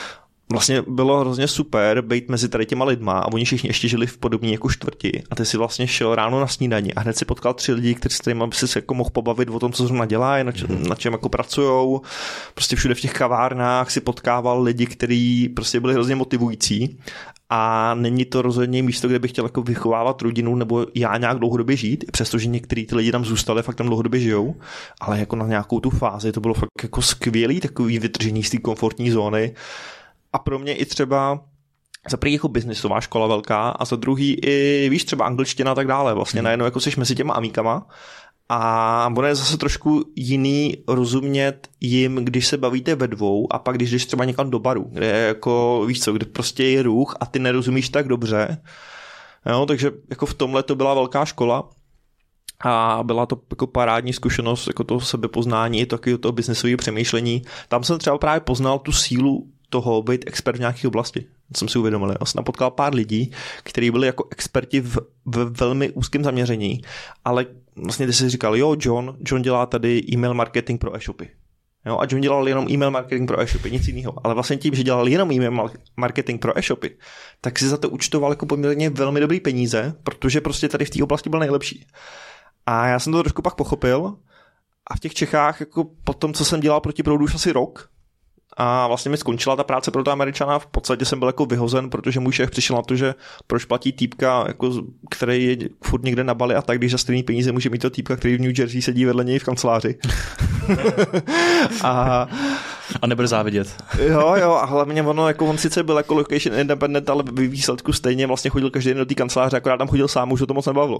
vlastně bylo hrozně super být mezi tady těma lidma a oni všichni ještě žili v podobné jako čtvrti a ty si vlastně šel ráno na snídani a hned si potkal tři lidi, kteří s kterými by si jako mohl pobavit o tom, co zrovna dělají, na, čem, na čem jako pracujou. Prostě všude v těch kavárnách si potkával lidi, kteří prostě byli hrozně motivující a není to rozhodně místo, kde bych chtěl jako vychovávat rodinu nebo já nějak dlouhodobě žít, přestože některý ty lidi tam zůstali, fakt tam dlouhodobě žijou, ale jako na nějakou tu fázi to bylo fakt jako skvělý takový vytržení z té komfortní zóny. A pro mě i třeba za první jako biznisová škola velká a za druhý i víš třeba angličtina a tak dále. Vlastně hmm. najednou jako seš mezi těma amíkama a ono je zase trošku jiný rozumět jim, když se bavíte ve dvou a pak když jdeš třeba někam do baru, kde je jako víš co, kde prostě je ruch a ty nerozumíš tak dobře. Jo, takže jako v tomhle to byla velká škola. A byla to jako parádní zkušenost jako toho sebepoznání, takového toho biznesového přemýšlení. Tam jsem třeba právě poznal tu sílu toho být expert v nějaké oblasti. Jsem si uvědomil. Já jsem napotkal pár lidí, kteří byli jako experti v, v velmi úzkém zaměření, ale vlastně ty jsi říkal, jo, John, John dělá tady e-mail marketing pro e-shopy. Jo, a John dělal jenom e-mail marketing pro e-shopy, nic jiného. Ale vlastně tím, že dělal jenom e-mail marketing pro e-shopy, tak si za to účtoval jako poměrně velmi dobrý peníze, protože prostě tady v té oblasti byl nejlepší. A já jsem to trošku pak pochopil a v těch Čechách jako po tom, co jsem dělal proti proudu už asi rok, a vlastně mi skončila ta práce pro toho Američana, v podstatě jsem byl jako vyhozen, protože můj šéf přišel na to, že proč platí týpka, jako, který je furt někde na Bali a tak, když za stejný peníze může mít to týpka, který v New Jersey sedí vedle něj v kanceláři. a, a nebude závidět. jo, jo, a hlavně ono, jako on sice byl jako location independent, ale ve výsledku stejně vlastně chodil každý den do té kanceláře, akorát tam chodil sám, už ho to moc nebavilo.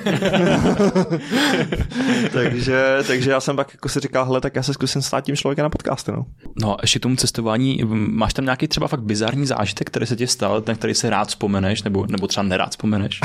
takže, takže já jsem pak jako si říkal, hele, tak já se zkusím stát tím člověkem na podcasty, no. No, ještě tomu cestování, máš tam nějaký třeba fakt bizarní zážitek, který se ti stal, ten, který se rád vzpomeneš, nebo, nebo třeba nerád vzpomeneš?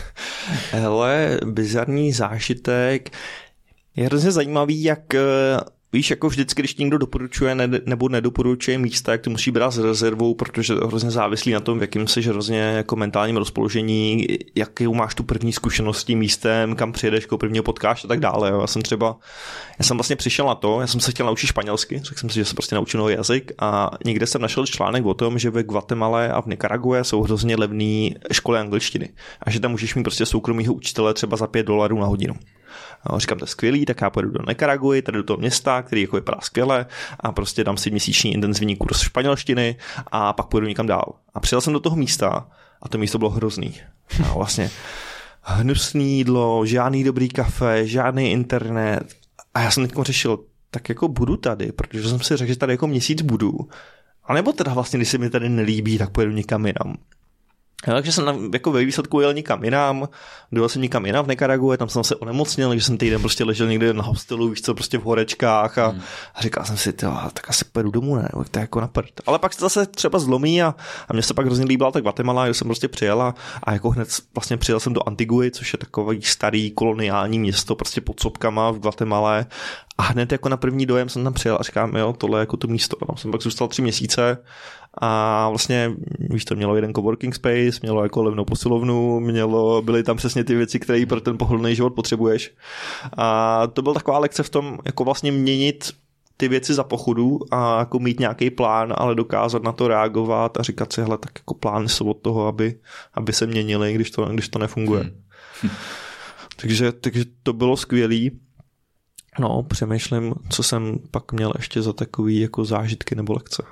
Hele, bizarní zážitek je hrozně zajímavý, jak víš, jako vždycky, když někdo doporučuje ne, nebo nedoporučuje místa, jak to musí brát s rezervou, protože to hrozně závislí na tom, v jakým jsi hrozně jako mentálním rozpoložení, jakou máš tu první zkušenost s tím místem, kam přijedeš, jako prvního potkáš a tak dále. Jo. Já jsem třeba, já jsem vlastně přišel na to, já jsem se chtěl naučit španělsky, řekl jsem si, že se prostě naučil nový jazyk a někde jsem našel článek o tom, že ve Guatemale a v Nikarague jsou hrozně levné školy angličtiny a že tam můžeš mít prostě soukromýho učitele třeba za pět dolarů na hodinu. No, říkám, to je skvělý, tak já pojedu do Nikaraguy, tady do toho města, který jako vypadá skvěle a prostě dám si měsíční intenzivní kurz španělštiny a pak pojedu někam dál. A přijel jsem do toho místa a to místo bylo hrozný. A vlastně hnusný jídlo, žádný dobrý kafe, žádný internet. A já jsem teď řešil, tak jako budu tady, protože jsem si řekl, že tady jako měsíc budu. A nebo teda vlastně, když se mi tady nelíbí, tak pojedu někam jinam. Ja, takže jsem jako ve výsledku jel nikam jinam, dojel jsem nikam jinam v Nikarague, tam jsem se onemocnil, takže jsem týden prostě ležel někde na hostelu, víš co, prostě v horečkách a, hmm. a říkal jsem si, tak asi pojedu domů, ne, to je jako na prd. Ale pak se zase třeba zlomí a, a mně se pak hrozně líbila ta Guatemala, kde jsem prostě přijel a, a jako hned vlastně přijel jsem do Antiguy, což je takový starý koloniální město, prostě pod sopkama v Guatemale a hned jako na první dojem jsem tam přijel a říkám, jo, tohle je jako to místo. Tam jsem pak zůstal tři měsíce a vlastně, víš to, mělo jeden coworking space, mělo jako levnou posilovnu, mělo, byly tam přesně ty věci, které pro ten pohodlný život potřebuješ. A to byla taková lekce v tom, jako vlastně měnit ty věci za pochodu a jako mít nějaký plán, ale dokázat na to reagovat a říkat si, hele, tak jako plány jsou od toho, aby, aby se měnily, když to, když to nefunguje. Hmm. takže, takže to bylo skvělý. No, přemýšlím, co jsem pak měl ještě za takový jako zážitky nebo lekce.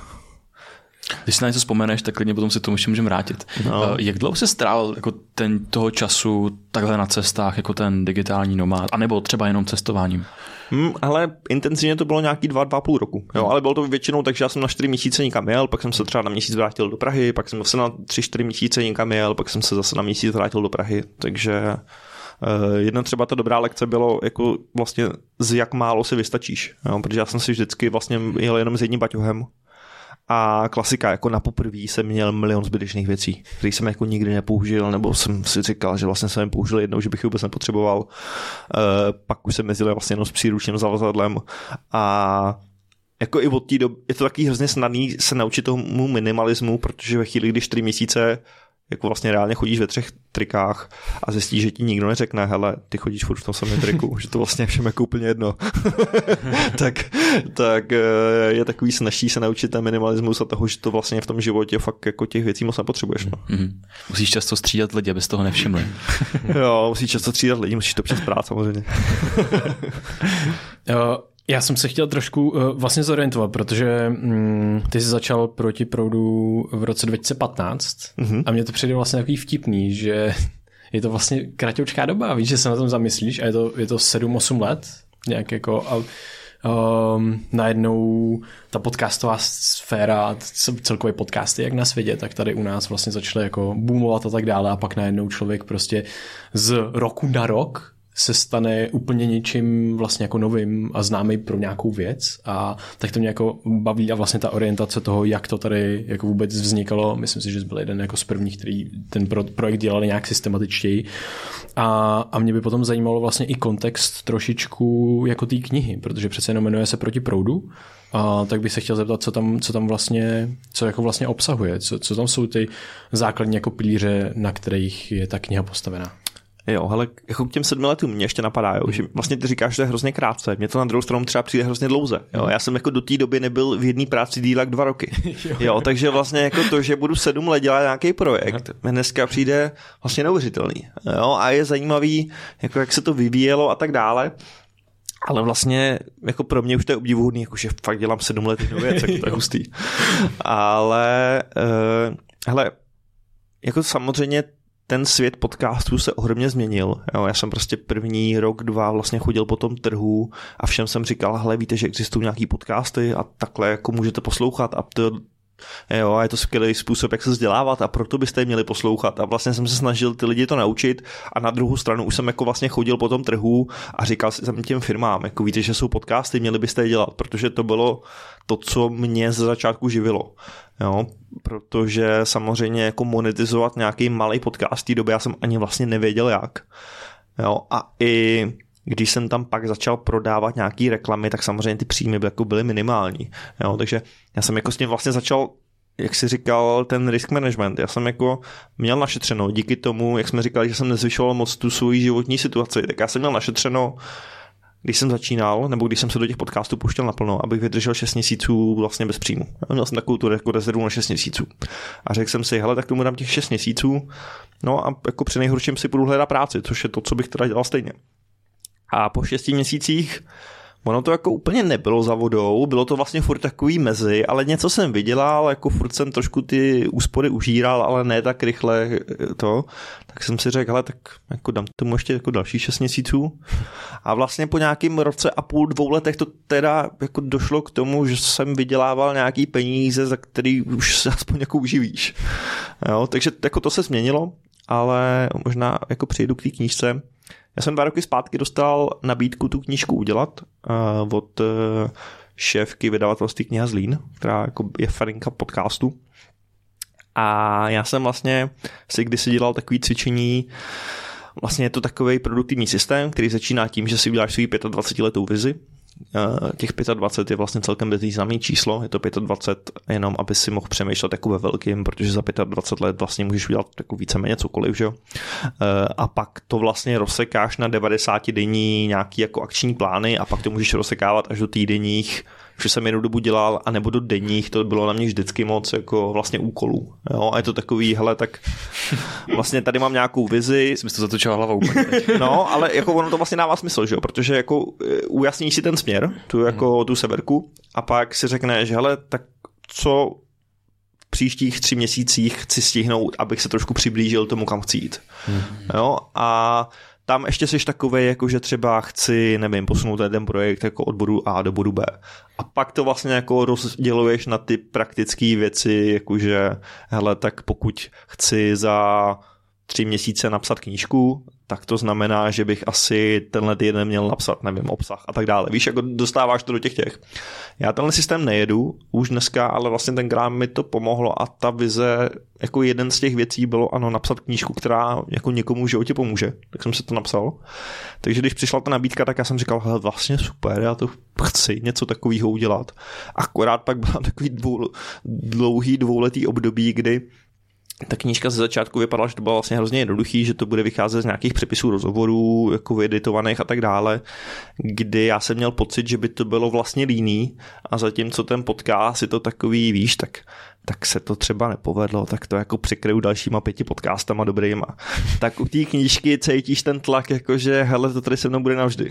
Když si na něco vzpomeneš, tak klidně potom si to můžeme vrátit. No. Jak dlouho se strávil jako ten, toho času takhle na cestách, jako ten digitální nomád, anebo třeba jenom cestováním? Hmm, ale intenzivně to bylo nějaký dva, dva půl roku. Jo, hmm. Ale bylo to většinou, takže já jsem na čtyři měsíce někam jel, pak jsem se třeba na měsíc vrátil do Prahy, pak jsem zase na tři, čtyři měsíce někam jel, pak jsem se zase na měsíc vrátil do Prahy, takže Uh, jedna třeba ta dobrá lekce bylo jako vlastně z jak málo si vystačíš, jo? Protože já jsem si vždycky vlastně jel jenom s jedním baťohem a klasika, jako na poprví jsem měl milion zbytečných věcí, které jsem jako nikdy nepoužil, nebo jsem si říkal, že vlastně jsem je použil jednou, že bych je vůbec nepotřeboval. Uh, pak už jsem jezdil vlastně jenom s příručním zavazadlem a jako i od té doby je to taky hrozně snadný se naučit tomu minimalismu, protože ve chvíli, když čtyři měsíce jako vlastně reálně chodíš ve třech trikách a zjistíš, že ti nikdo neřekne, hele, ty chodíš furt v tom samém triku, že to vlastně všem jako úplně jedno. tak, tak je takový snaží se naučit ten minimalismus a toho, že to vlastně v tom životě fakt jako těch věcí moc nepotřebuješ. No. Mm-hmm. Musíš často střídat lidi, abys toho nevšimli. Jo, musíš často střídat lidi, musíš to přes brát samozřejmě. Já jsem se chtěl trošku uh, vlastně zorientovat, protože mm, ty jsi začal proti proudu v roce dva tisíce patnáct mm-hmm. a mně to přijde vlastně takový vtipný, že je to vlastně kratoučká doba, víš, že se na tom zamyslíš a je to, je to sedm osm let nějak jako a um, najednou ta podcastová sféra, celkově podcasty jak na světě, tak tady u nás vlastně začaly jako boomovat a tak dále a pak najednou člověk prostě z roku na rok se stane úplně něčím vlastně jako novým a známý pro nějakou věc a tak to mě jako baví a vlastně ta orientace toho, jak to tady jako vůbec vznikalo, myslím si, že byl jeden jako z prvních, který ten projekt dělali nějak systematičtěji a, a mě by potom zajímalo vlastně i kontext trošičku jako té knihy, protože přece jenom jmenuje se Proti proudu, a tak bych se chtěl zeptat, co tam, co tam vlastně, co jako vlastně obsahuje, co, co tam jsou ty základní jako pilíře, na kterých je ta kniha postavená. Jo, hele, jako k těm sedmi letům mě ještě napadá, jo, že vlastně ty říkáš, že to je hrozně krátce. Mně to na druhou stranu třeba přijde hrozně dlouze. Jo. Já jsem jako do té doby nebyl v jedné práci díl jak dva roky. Jo, takže vlastně jako to, že budu sedm let dělat nějaký projekt, mi dneska přijde vlastně neuvěřitelný. Jo, a je zajímavý, jako jak se to vyvíjelo a tak dále. Ale vlastně jako pro mě už to je obdivuhodný, jakože fakt dělám sedm let jednu věc, jako to je hustý. Ale uh, hele, jako samozřejmě ten svět podcastů se ohromně změnil. Jo, já jsem prostě první rok, dva vlastně chodil po tom trhu a všem jsem říkal, hele, víte, že existují nějaký podcasty a takhle jako můžete poslouchat a to jo, a je to skvělý způsob, jak se vzdělávat a proto byste je měli poslouchat. A vlastně jsem se snažil ty lidi to naučit a na druhou stranu už jsem jako vlastně chodil po tom trhu a říkal jsem těm firmám, jako víte, že jsou podcasty, měli byste je dělat, protože to bylo to, co mě ze začátku živilo. Jo, protože samozřejmě jako monetizovat nějaký malý podcast v té době já jsem ani vlastně nevěděl jak. Jo, a i když jsem tam pak začal prodávat nějaký reklamy, tak samozřejmě ty příjmy jako byly minimální. Jo, takže já jsem jako s tím vlastně začal, jak jsi říkal, ten risk management. Já jsem jako měl našetřeno díky tomu, jak jsme říkali, že jsem nezvyšoval moc tu svoji životní situaci, tak já jsem měl našetřeno, když jsem začínal, nebo když jsem se do těch podcastů puštěl naplno, abych vydržel šest měsíců vlastně bez příjmu. Já měl jsem takovou tu rezervu na šest měsíců. A řekl jsem si, hele, tak tomu dám těch šest měsíců, no a jako při nejhorším si budu hledat práci, což je to, co bych teda dělal stejně. A po šesti měsících ono to jako úplně nebylo za vodou, bylo to vlastně furt takový mezi, ale něco jsem vydělal, jako furt jsem trošku ty úspory užíral, ale ne tak rychle to, tak jsem si řekl, hele, tak jako dám tomu ještě jako další šest měsíců a vlastně po nějakým roce a půl, dvou letech to teda jako došlo k tomu, že jsem vydělával nějaký peníze, za který už se aspoň jako uživíš. Jo, takže jako to se změnilo, ale možná jako přijdu k té knížce. Já jsem dva roky zpátky dostal nabídku tu knížku udělat uh, od uh, šéfky vydavatelství Kniha Zlín, která jako je faninka podcastu. A já jsem vlastně si kdysi dělal takové cvičení, vlastně je to takový produktivní systém, který začíná tím, že si uděláš svou dvacetiletou vizi. Těch dvacet pět je vlastně celkem bezvýznamný číslo, je to dvacet pět jenom, aby si mohl přemýšlet jako ve velkým, protože za dvacet pět let vlastně můžeš udělat jako víceméně cokoliv, že jo. A pak to vlastně rozsekáš na devadesátidenní nějaký jako akční plány a pak to můžeš rozsekávat až do týdenních, že jsem jednu dobu dělal, a nebo do denních, to bylo na mě vždycky moc jako vlastně úkolů. Jo? A je to takový, hele, tak vlastně tady mám nějakou vizi. Jsi mi to zatočila hlavou. No, ale jako ono to vlastně dává smysl, že jo? Protože jako ujasníš si ten směr, tu jako tu severku, a pak si řekneš, hele, tak co v příštích tři měsících chci stihnout, abych se trošku přiblížil tomu, kam chci jít. Mm. Jo? A tam ještě jsi takovej, jako že třeba chci, nevím, posunout ten projekt jako od bodu A do bodu B. A pak to vlastně jako rozděluješ na ty praktické věci, jakože, hele, tak pokud chci za tři měsíce napsat knížku, tak to znamená, že bych asi tenhle týden měl napsat, nevím, obsah a tak dále. Víš, jako dostáváš to do těch těch. Já tenhle systém nejedu už dneska, ale vlastně tenkrát mi to pomohlo a ta vize, jako jeden z těch věcí bylo, ano, napsat knížku, která jako někomu v životě pomůže. Tak jsem si to napsal. Takže když přišla ta nabídka, tak já jsem říkal, hele, vlastně super, já to chci něco takového udělat. Akorát pak byla takový dvou, dlouhý dvouletý období, kdy ta knížka ze začátku vypadala, že to bylo vlastně hrozně jednoduchý, že to bude vycházet z nějakých přepisů rozhovorů, jako vyeditovaných a tak dále, kdy já jsem měl pocit, že by to bylo vlastně líný a zatímco ten podcast je to takový, víš, tak tak se to třeba nepovedlo, tak to jako přikryju dalšíma pěti podcastama dobrýma. Tak u té knížky cítíš ten tlak, jakože hele, to tady se mnou bude navždy.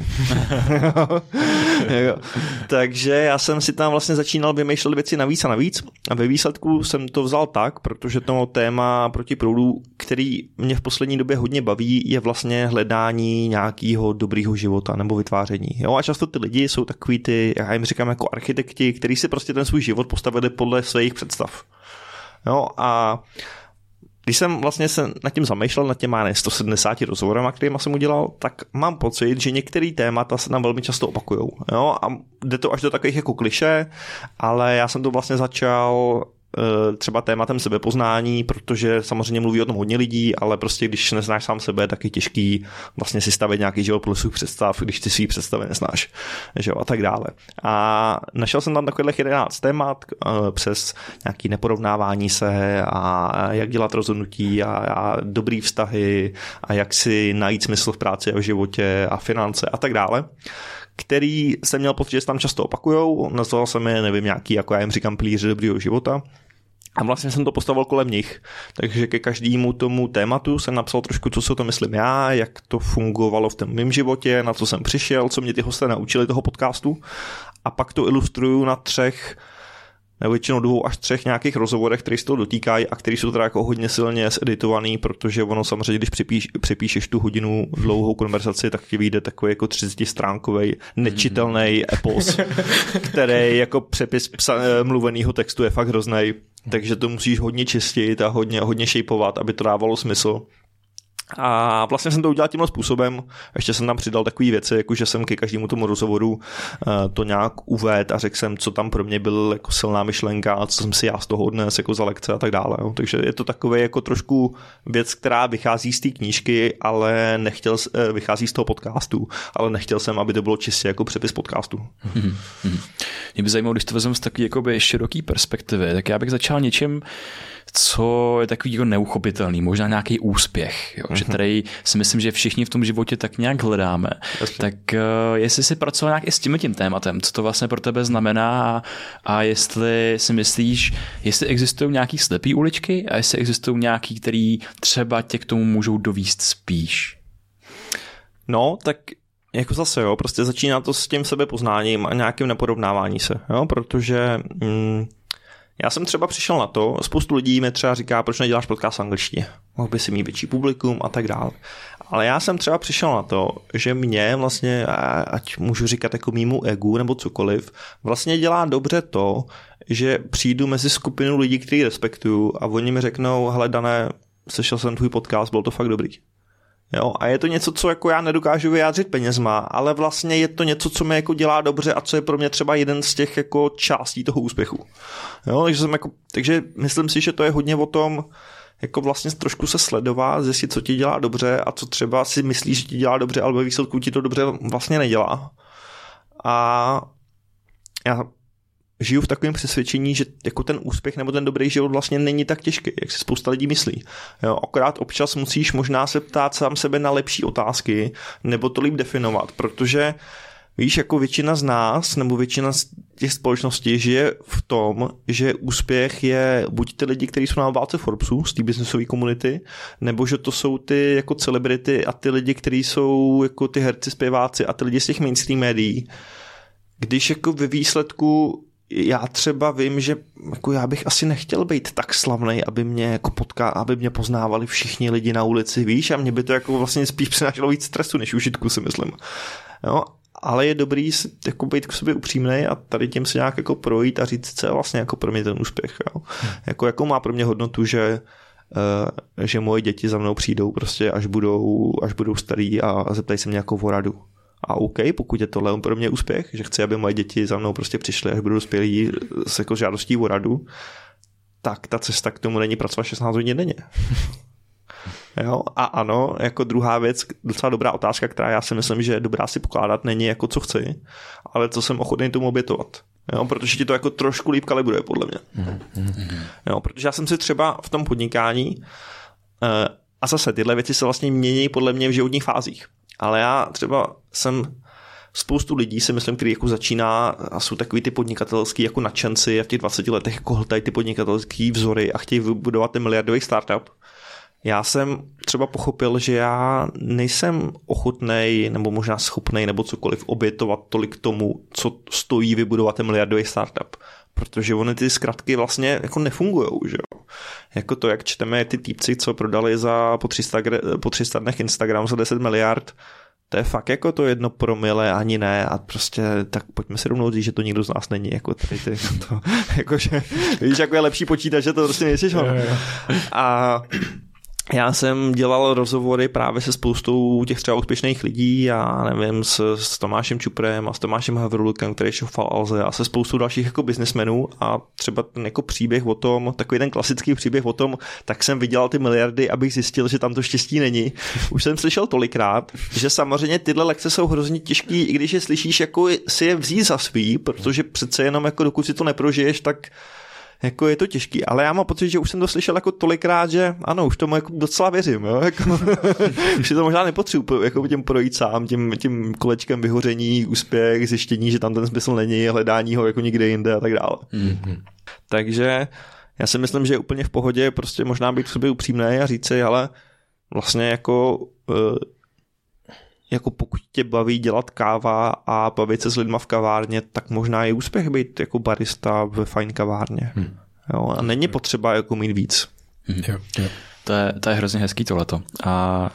Takže já jsem si tam vlastně začínal vymýšlet věci navíc a navíc a ve výsledku jsem to vzal tak, protože to téma proti proudu, který mě v poslední době hodně baví, je vlastně hledání nějakého dobrýho života nebo vytváření. Jo? A často ty lidi jsou takový ty, já jim říkám jako architekti, kteří si prostě ten svůj život postavili podle svých představ. Jo, a když jsem vlastně se nad tím zamýšlel, nad těma sto sedmdesáti rozhovorama, kterýma jsem udělal, tak mám pocit, že některé témata se nám velmi často opakujou. Jo, a jde to až do takových jako klišé, ale já jsem to vlastně začal třeba tématem sebepoznání, protože samozřejmě mluví o tom hodně lidí, ale prostě když neznáš sám sebe, tak je těžký vlastně si stavit nějaký život podle svých představ, když ty svý představy neznáš, že jo, a tak dále. A našel jsem tam takových jedenáct témat přes nějaké neporovnávání se a jak dělat rozhodnutí a, a dobrý vztahy a jak si najít smysl v práci a v životě a finance a tak dále, který jsem měl pocit, že se tam často opakujou. Nazval jsem je, nevím, nějaký, jako já jim říkám, pilíře dobrýho života. A vlastně jsem to postavil kolem nich. Takže ke každému tomu tématu jsem napsal trošku, co si o tom myslím já, jak to fungovalo v tom mém životě, na co jsem přišel, co mě ty hosté naučili toho podcastu. A pak to ilustruju na třech, nebo většinou dvou až třech nějakých rozhovorech, které se toho dotýkají a které jsou teda jako hodně silně zeditovaný, protože ono samozřejmě, když připíš, připíšeš tu hodinu dlouhou konverzaci, tak ti vyjde takový jako třicetistránkový nečitelný epos, který jako přepis psa, mluvenýho textu je fakt hroznej, takže to musíš hodně čistit a hodně, hodně šejpovat, aby to dávalo smysl. A vlastně jsem to udělal tímhle způsobem, ještě jsem tam přidal takové věci, jako že jsem ke každému tomu rozhovoru to nějak uvedl a řekl jsem, co tam pro mě byl jako silná myšlenka a co jsem si já z toho odnes jako za lekce a tak dále. Jo. Takže je to takové jako trošku věc, která vychází z té knížky, ale nechtěl, vychází z toho podcastu, ale nechtěl jsem, aby to bylo čistě jako přepis podcastu. Hmm. Mě by zajímalo, když to vezmu z takové jakoby široký perspektivy, tak já bych začal něčím, co je takový jako neuchopitelný, možná nějaký úspěch, jo? Mm-hmm. Že tady si myslím, že všichni v tom životě tak nějak hledáme. Jasně. Tak uh, jestli si pracoval nějak i s tím tím tématem, co to vlastně pro tebe znamená a, a jestli si myslíš, jestli existují nějaký slepý uličky a jestli existují nějaký, který třeba tě k tomu můžou dovíst spíš. No, tak jako zase, jo, prostě začíná to s tím sebepoznáním a nějakým neporovnávání se, jo, protože mm, já jsem třeba přišel na to, spoustu lidí mi třeba říká, proč neděláš podcast v angličtině, mohl by si mít větší publikum a tak dále. Ale já jsem třeba přišel na to, že mě vlastně, ať můžu říkat jako mýmu egu nebo cokoliv, vlastně dělá dobře to, že přijdu mezi skupinu lidí, který respektuju a oni mi řeknou, hele Dané, slyšel jsem tvůj podcast, byl to fakt dobrý. Jo, a je to něco, co jako já nedokážu vyjádřit penězma, ale vlastně je to něco, co mě jako dělá dobře a co je pro mě třeba jeden z těch jako částí toho úspěchu. Jo, takže, jsem jako, takže myslím si, že to je hodně o tom, jako vlastně trošku se sledovat, zjistit, co ti dělá dobře a co třeba si myslíš, že ti dělá dobře, ale ve výsledku ti to dobře vlastně nedělá. A já žiju v takovém přesvědčení, že jako ten úspěch nebo ten dobrý život vlastně není tak těžký, jak si spousta lidí myslí. Jo, akorát občas musíš možná se ptát sám sebe na lepší otázky nebo to líp definovat, protože víš, jako většina z nás nebo většina z těch společností žije v tom, že úspěch je buď ty lidi, kteří jsou na obálce Forbesu z té biznesové komunity, nebo že to jsou ty jako celebrity a ty lidi, kteří jsou jako ty herci, zpěváci a ty lidi z těch mainstream médií. Když jako ve výsledku já třeba vím, že jako já bych asi nechtěl být tak slavnej, aby mě jako potká, aby mě poznávali všichni lidi na ulici, víš, a mě by to jako vlastně spíš přinášelo víc stresu než užitku, si myslím. Jo, ale je dobrý jako být k sobě upřímnej a tady tím se nějak jako projít a říct, co je vlastně jako pro mě ten úspěch. Jo. Hmm. Jako, jako má pro mě hodnotu, že uh, že moje děti za mnou přijdou prostě, až budou, až budou starý a zeptají se mě jako o radu. A OK, pokud je tohle pro mě úspěch, že chci, aby moje děti za mnou prostě přišly, až budou dospělí s jako žádostí o radu, tak ta cesta k tomu není pracovat šestnáct hodin denně. Jo? A ano, jako druhá věc, docela dobrá otázka, která já si myslím, že je dobrá si pokládat, není jako co chci, ale co jsem ochotný tomu obětovat. Jo, protože ti to jako trošku líp kalibruje, podle mě. Mm-hmm. Jo, protože já jsem si třeba v tom podnikání uh, a zase tyhle věci se vlastně mění podle mě v životních fázích. Ale já třeba jsem spoustu lidí, si myslím, který jako začíná a jsou takový ty podnikatelský jako nadšenci a v těch dvaceti letech jako hltají ty podnikatelský vzory a chtějí vybudovat ten miliardový startup. Já jsem třeba pochopil, že já nejsem ochotnej nebo možná schopnej nebo cokoliv obětovat tolik tomu, co stojí vybudovat ten miliardový startup. Protože ony ty zkratky vlastně jako nefungujou, že jo. Jako to, jak čteme ty týpci, co prodali za po tři sta, po tři sta dnech Instagram za deset miliard, to je fakt jako to jedno promile, ani ne a prostě tak pojďme si rovnou říct, že to nikdo z nás není, jako tady ty, to, jakože, víš, jako je lepší počítat, že to prostě nejsiš on. A já jsem dělal rozhovory právě se spoustou těch třeba úspěšných lidí, já nevím, s, s Tomášem Čuprem a s Tomášem Havrulukem, který šoufal Alze a se spoustou dalších jako biznesmenů a třeba ten jako příběh o tom, takový ten klasický příběh o tom, tak jsem vydělal ty miliardy, abych zjistil, že tam to štěstí není. Už jsem slyšel tolikrát, že samozřejmě tyhle lekce jsou hrozně těžký, i když je slyšíš, jako si je vzít za svý, protože přece jenom jako dokud si to neprožiješ, tak jako je to těžký, ale já mám pocit, že už jsem to slyšel jako tolikrát, že ano, už tomu jako docela věřím, jo? Jako, už si to možná nepotřebuji jako tím projít sám, tím, tím kolečkem vyhoření, úspěch, zjištění, že tam ten smysl není, hledání ho jako nikde jinde a tak dále. Mm-hmm. Takže já si myslím, že je úplně v pohodě prostě možná být v sobě upřímný a říct si, ale vlastně jako jako pokud tě baví dělat káva a bavit se s lidma v kavárně, tak možná je úspěch být jako barista ve fajn kavárně. Hmm. Jo, a není potřeba jako mít víc. Hmm. Jo, jo. To, je, to je hrozně hezký tohleto. A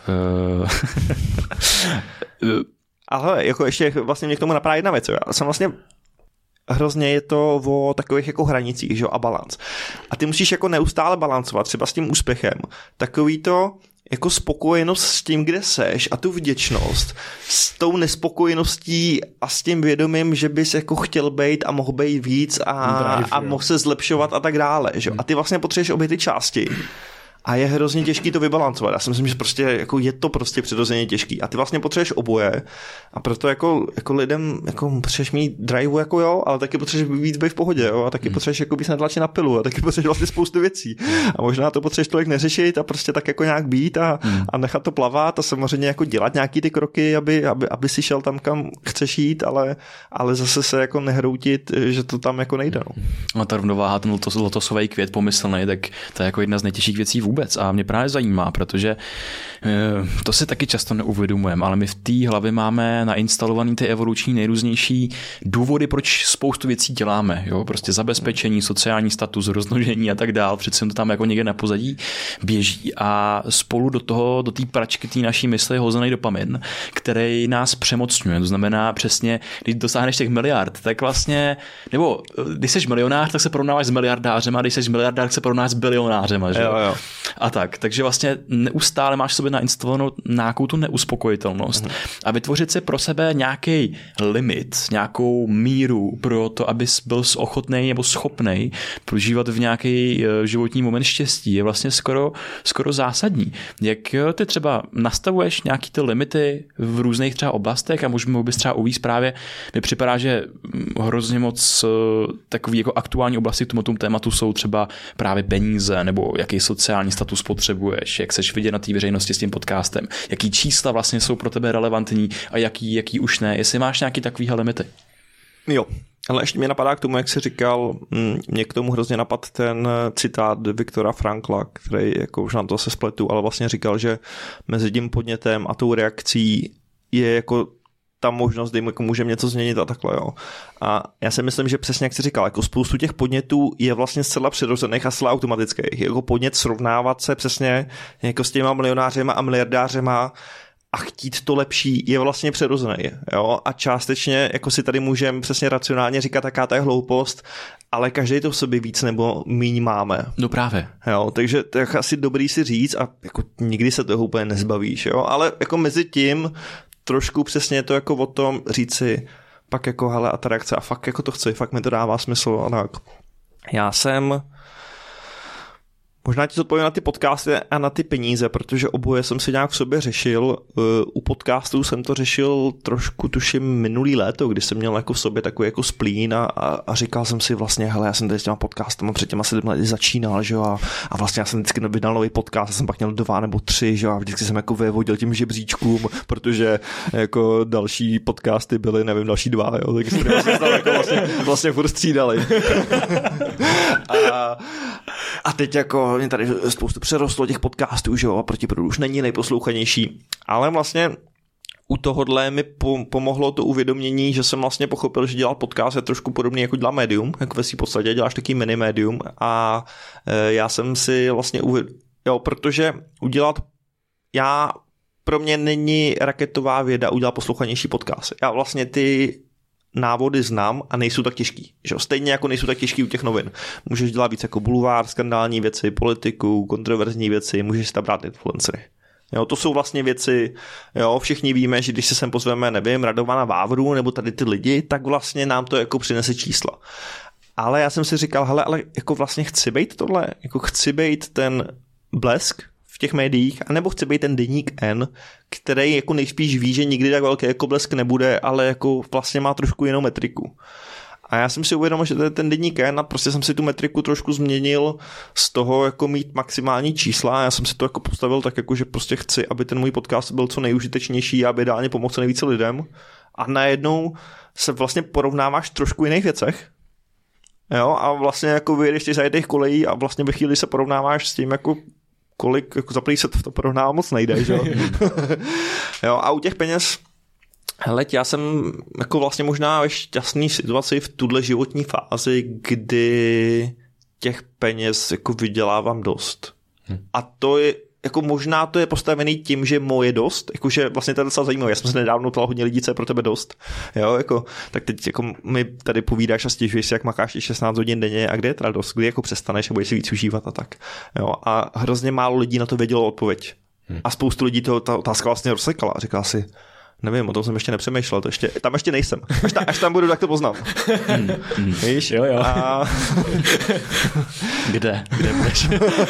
uh... ale jako ještě vlastně mě k tomu napadá jedna věc. Já jsem vlastně hrozně je to o takových jako hranicích, že jo, a balanc. A ty musíš jako neustále balancovat, třeba s tím úspěchem. Takový to jako spokojenost s tím, kde seš a tu vděčnost s tou nespokojeností a s tím vědomím, že bys jako chtěl být a mohl být víc a, Drive, a mohl se zlepšovat a tak dále. Že? A ty vlastně potřebuješ obě ty části. A je hrozně těžký to vybalancovat. Já si myslím, že prostě jako je to prostě přirozeně těžký. A ty vlastně potřebuješ oboje. A proto jako, jako lidem jako potřebuješ mít drive jako jo, ale taky potřebuješ víc být v pohodě, jo, a taky hmm. potřebuješ jako být netlačit na pilu, a taky potřebuješ vlastně spoustu věcí. A možná to potřebuješ tolik neřešit a prostě tak jako nějak být a, hmm. a nechat to plavat a samozřejmě jako dělat nějaký ty kroky, aby, aby, aby si šel tam, kam chceš jít, ale, ale zase se jako nehroutit, že to tam jako nejde. No, no ta rovnováha, ten lotosový květ pomyslný, tak to je jako jedna z nejtěžších věcí vůbec. A mě právě zajímá, protože to si taky často neuvědomujeme, ale my v té hlavě máme nainstalovaný ty evoluční nejrůznější důvody, proč spoustu věcí děláme. Jo? Prostě zabezpečení, sociální status, rozmnožení a tak dál. Přece to tam jako někde na pozadí běží a spolu do toho, do té pračky té naší mysli je hozený dopamin, který nás přemocňuje. To znamená přesně, když dosáhneš těch miliard, tak vlastně, nebo když jsi milionář, tak se porovnáváš s miliardářem, a když jsi miliardář, tak se porovnáš s bilionářem. Že? Jo, jo. A tak, takže vlastně neustále máš sobě nainstalovanou nějakou tu neuspokojitelnost. Mm. A vytvořit si pro sebe nějaký limit, nějakou míru pro to, abys byl ochotnej nebo schopnej prožívat v nějaký životní moment štěstí, je vlastně skoro, skoro zásadní. Jak ty třeba nastavuješ nějaký ty limity v různých třeba oblastech a můžeme bys třeba uvíct právě, mi připadá, že hrozně moc takový jako aktuální oblasti k tomu, tomu tématu jsou třeba právě peníze nebo jaký sociální status potřebuješ, jak seš vidět na té veřejnosti s tím podcastem, jaký čísla vlastně jsou pro tebe relevantní a jaký, jaký už ne, jestli máš nějaký takovýhle limity. Jo, ale ještě mě napadá k tomu, jak jsi říkal, mě k tomu hrozně napad ten citát Viktora Frankla, který, jako už nám to se spletu, ale vlastně říkal, že mezi tím podnětem a tou reakcí je jako ta možnost, dejme, jako můžeme něco změnit a takhle, jo. A já si myslím, že přesně jak jsi říkal, jako spoustu těch podnětů je vlastně zcela přirozených a zcela automatických. Jako podnět srovnávat se přesně jako s těma milionářema a miliardářema a chtít to lepší je vlastně přirozený, jo. A částečně jako si tady můžeme přesně racionálně říkat, jaká to je hloupost, ale každý to v sobě víc nebo míň máme. No právě. Jo, takže to je asi dobrý si říct a jako nikdy se toho úplně nezbavíš, jo. Ale jako mezi tím trošku přesně je to jako o tom říct si pak jako hele a ta reakce a fakt jako to chci, fakt mi to dává smysl a tak. Já jsem Možná ti odpovím na ty podcasty a na ty peníze, protože oboje jsem si nějak v sobě řešil. U podcastů jsem to řešil trošku, tuším, minulý léto, kdy jsem měl jako v sobě takový jako splín a, a říkal jsem si vlastně, hele, já jsem tady s těma podcastama před těma sedmi lety začínal, že jo, a, a vlastně já jsem vždycky vydal nový podcast, já jsem pak měl dva nebo tři, že jo, a vždycky jsem jako vyvodil tím žebříčkům, protože jako další podcasty byly, nevím, další dva, jo, tak jsem vlastně, jako vlastně, vlastně furt střídali. a, a teď jako mě tady spoustu přerostlo těch podcastů, že jo, a Protiproudu už není nejposlouchanější, ale vlastně u tohohle mi pomohlo to uvědomění, že jsem vlastně pochopil, že dělat podcast je trošku podobný jako dělat médium, jako ve svým podstatě děláš taky mini médium a já jsem si vlastně uvědomil, jo, protože udělat, já, pro mě není raketová věda udělat poslouchanější podcast. Já vlastně ty návody znám a nejsou tak těžký. Že? Stejně jako nejsou tak těžký u těch novin. Můžeš dělat víc jako bulvár, skandální věci, politiku, kontroverzní věci, můžeš si tam brát influencery. Jo, to jsou vlastně věci, jo, všichni víme, že když se sem pozveme, nevím, Radovana Vávru nebo tady ty lidi, tak vlastně nám to jako přinese čísla. Ale já jsem si říkal, hele, ale jako vlastně chci být tohle, jako chci být ten blesk v těch médiích, anebo chci být ten deník N, který jako nejspíš ví, že nikdy tak velký jako blesk nebude, ale jako vlastně má trošku jinou metriku. A já jsem si uvědomil, že to je ten deník N a prostě jsem si tu metriku trošku změnil z toho jako mít maximální čísla a já jsem si to jako postavil tak jako, že prostě chci, aby ten můj podcast byl co nejužitečnější a aby ideálně pomohl co nejvíce lidem a najednou se vlastně porovnáváš trošku jiných věcech. Jo, a vlastně jako vyjedeš těch zajetých kolejí a vlastně ve chvíli se porovnáváš s tím jako kolik, jako za první se to porovnává moc nejde, že jo. Jo, a u těch peněz, hele, já jsem jako vlastně možná ve šťastný situaci v tuhle životní fázi, kdy těch peněz jako vydělávám dost. Hm. A to je, jako možná to je postavený tím, že moje dost, jakože vlastně to je docela zajímavé, já jsem se nedávno ptal hodně lidí, co je pro tebe dost, jo, jako, tak teď jako mi tady povídáš a stěžuješ si, jak makáš šestnáct hodin denně a kde je teda dost, kdy jako přestaneš a budeš si víc užívat a tak, jo, a hrozně málo lidí na to vědělo odpověď. Hmm. A spoustu lidí to ta otázka vlastně rozsekala a říkala si, nevím, o tom jsem ještě nepřemýšlel, to ještě, tam ještě nejsem. Až, ta, až tam budu, tak to poznám. Hmm. Hmm. Víš? Jo, jo. A... Kde? Kde budeš?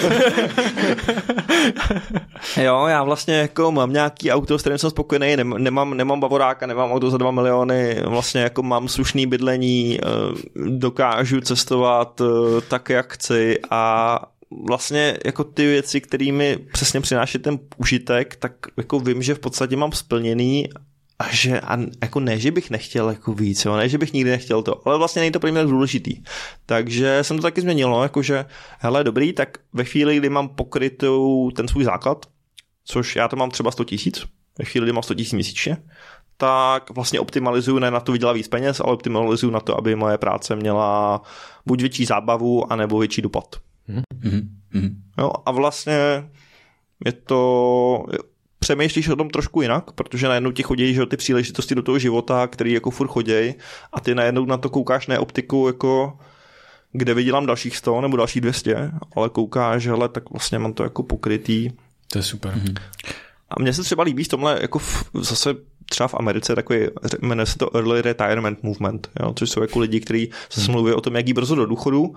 Jo, já vlastně jako mám nějaký auto, s kterým jsem spokojený, nemám, nemám bavoráka, nemám auto za dva miliony, vlastně jako mám slušný bydlení, dokážu cestovat tak, jak chci a vlastně jako ty věci, kterými přesně přináší ten užitek, tak jako vím, že v podstatě mám splněný a že a jako ne, že bych nechtěl jako víc, jo, ne, že bych nikdy nechtěl to, ale vlastně není to pro mě důležitý. Takže jsem to taky změnil, no, jakože hele, dobrý, tak ve chvíli, kdy mám pokrytou ten svůj základ, což já to mám třeba sto tisíc, ve chvíli, kdy mám sto tisíc měsíčně, tak vlastně optimalizuju ne na to vydělat víc peněz, ale optimalizuju na to, aby moje práce měla buď větší zábavu, anebo větší dopad. Mm-hmm. Jo, a vlastně je to, přemýšlíš o tom trošku jinak, protože najednou ti chodí, že ty příležitosti do toho života, který jako furt choděj a ty najednou na to koukáš ne optiku jako kde vydělám dalších sto nebo dalších dvě stě, ale koukáš, hele, tak vlastně mám to jako pokrytý. To je super. Mm-hmm. A mně se třeba líbí v tomhle jako v, zase třeba v Americe takový, jmenuje se to Early Retirement Movement, jo, což jsou jako lidi, kteří se mluví o tom, jak jít brzo do důchodu.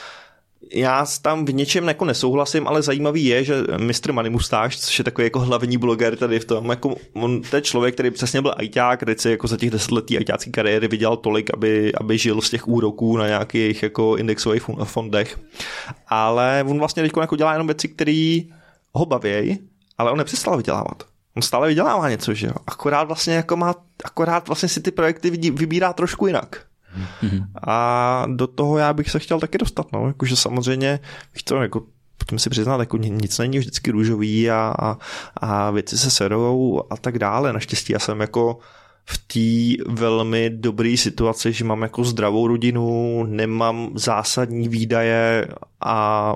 Já tam v něčem jako nesouhlasím, ale zajímavý je, že mistr Money Mustache, což je takový jako hlavní bloger tady v tom, jako on, to je člověk, který přesně byl ajťák, který si jako za těch deset letý ajťácký kariéry vydělal tolik, aby, aby žil z těch úroků na nějakých jako indexových fondech. Ale on vlastně teď jako dělá jenom věci, které ho baví, ale on nepřestal vydělávat. On stále vydělává něco, že jo? Akorát vlastně jako má, akorát vlastně si ty projekty vybírá trošku jinak. Mm-hmm. A do toho já bych se chtěl taky dostat, no, jakože samozřejmě, bych to jako, pojďme si přiznat, jako nic není vždycky růžový a, a, a věci se serou a tak dále. Naštěstí já jsem jako v té velmi dobré situaci, že mám jako zdravou rodinu, nemám zásadní výdaje a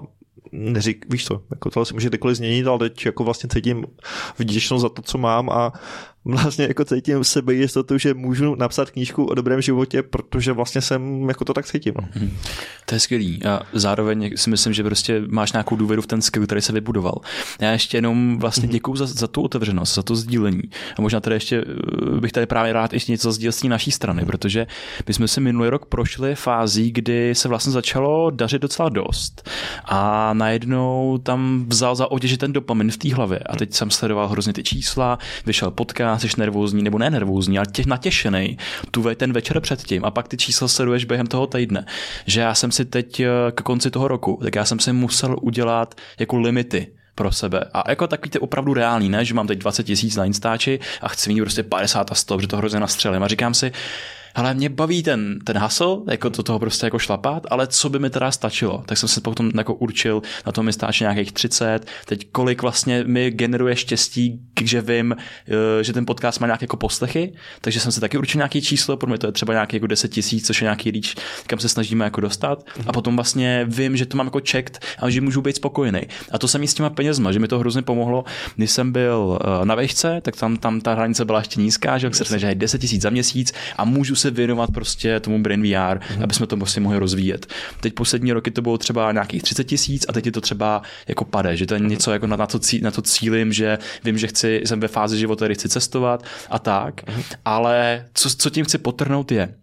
neřík, víš co, jako tohle si může kdykoliv změnit, ale teď jako vlastně cítím vděčnost za to, co mám a, vlastně jako cítím sebejistotu, že můžu napsat knížku o dobrém životě, protože vlastně jsem jako to tak cítím. No. Hmm. To je skvělý a zároveň si myslím, že prostě máš nějakou důvěru v ten skill, který se vybudoval. Já ještě jenom vlastně děkuju za, za tu otevřenost, za to sdílení. A možná tady ještě bych tady právě rád ještě něco sdílel z té naší strany, protože my jsme si minulý rok prošli fází, kdy se vlastně začalo dařit docela dost a najednou tam vzal za otěži ten dopamin v té hlavě a teď jsem sledoval hrozně ty čísla, vyšel podcast, jsi nervózní nebo ne nervózní, ale těch natěšenej tu ten večer předtím a pak ty čísla sleduješ během toho týdne. Že já jsem si teď k konci toho roku, tak já jsem si musel udělat jako limity pro sebe. A jako takový ty opravdu reálný, ne, že mám teď dvacet tisíc na Instači a chci mít prostě padesát a sto, že to hrozně nastřelím. A říkám si, hele, mě baví ten, ten hustle, jako to toho prostě jako šlapat, ale co by mi teda stačilo? Tak jsem se potom jako určil, na tom mi stáčí nějakých třicet, teď kolik vlastně mi generuje štěstí, že vím, že ten podcast má nějaké jako poslechy, takže jsem se taky určil nějaký číslo, pro mě to je třeba nějaký jako deset tisíc, což je nějaký reach, kam se snažíme jako dostat a potom vlastně vím, že to mám jako checked a že můžu být spokojený. A to samý s těma penězma, že mi to hrozně pomohlo, když jsem byl na vejšce, tak tam, tam ta hranice byla ještě nízká, že se řekne, že deset tisíc za měsíc a můžu se věnovat prostě tomu Brain V R, mm. aby jsme to prostě mohli rozvíjet. Teď poslední roky to bylo třeba nějakých třicet tisíc a teď je to třeba jako pade, že to je něco jako na, na, to, cí, na to cílim, že vím, že chci, jsem ve fázi života, kdy chci cestovat a tak, mm. ale co, co tím chci podtrhnout je,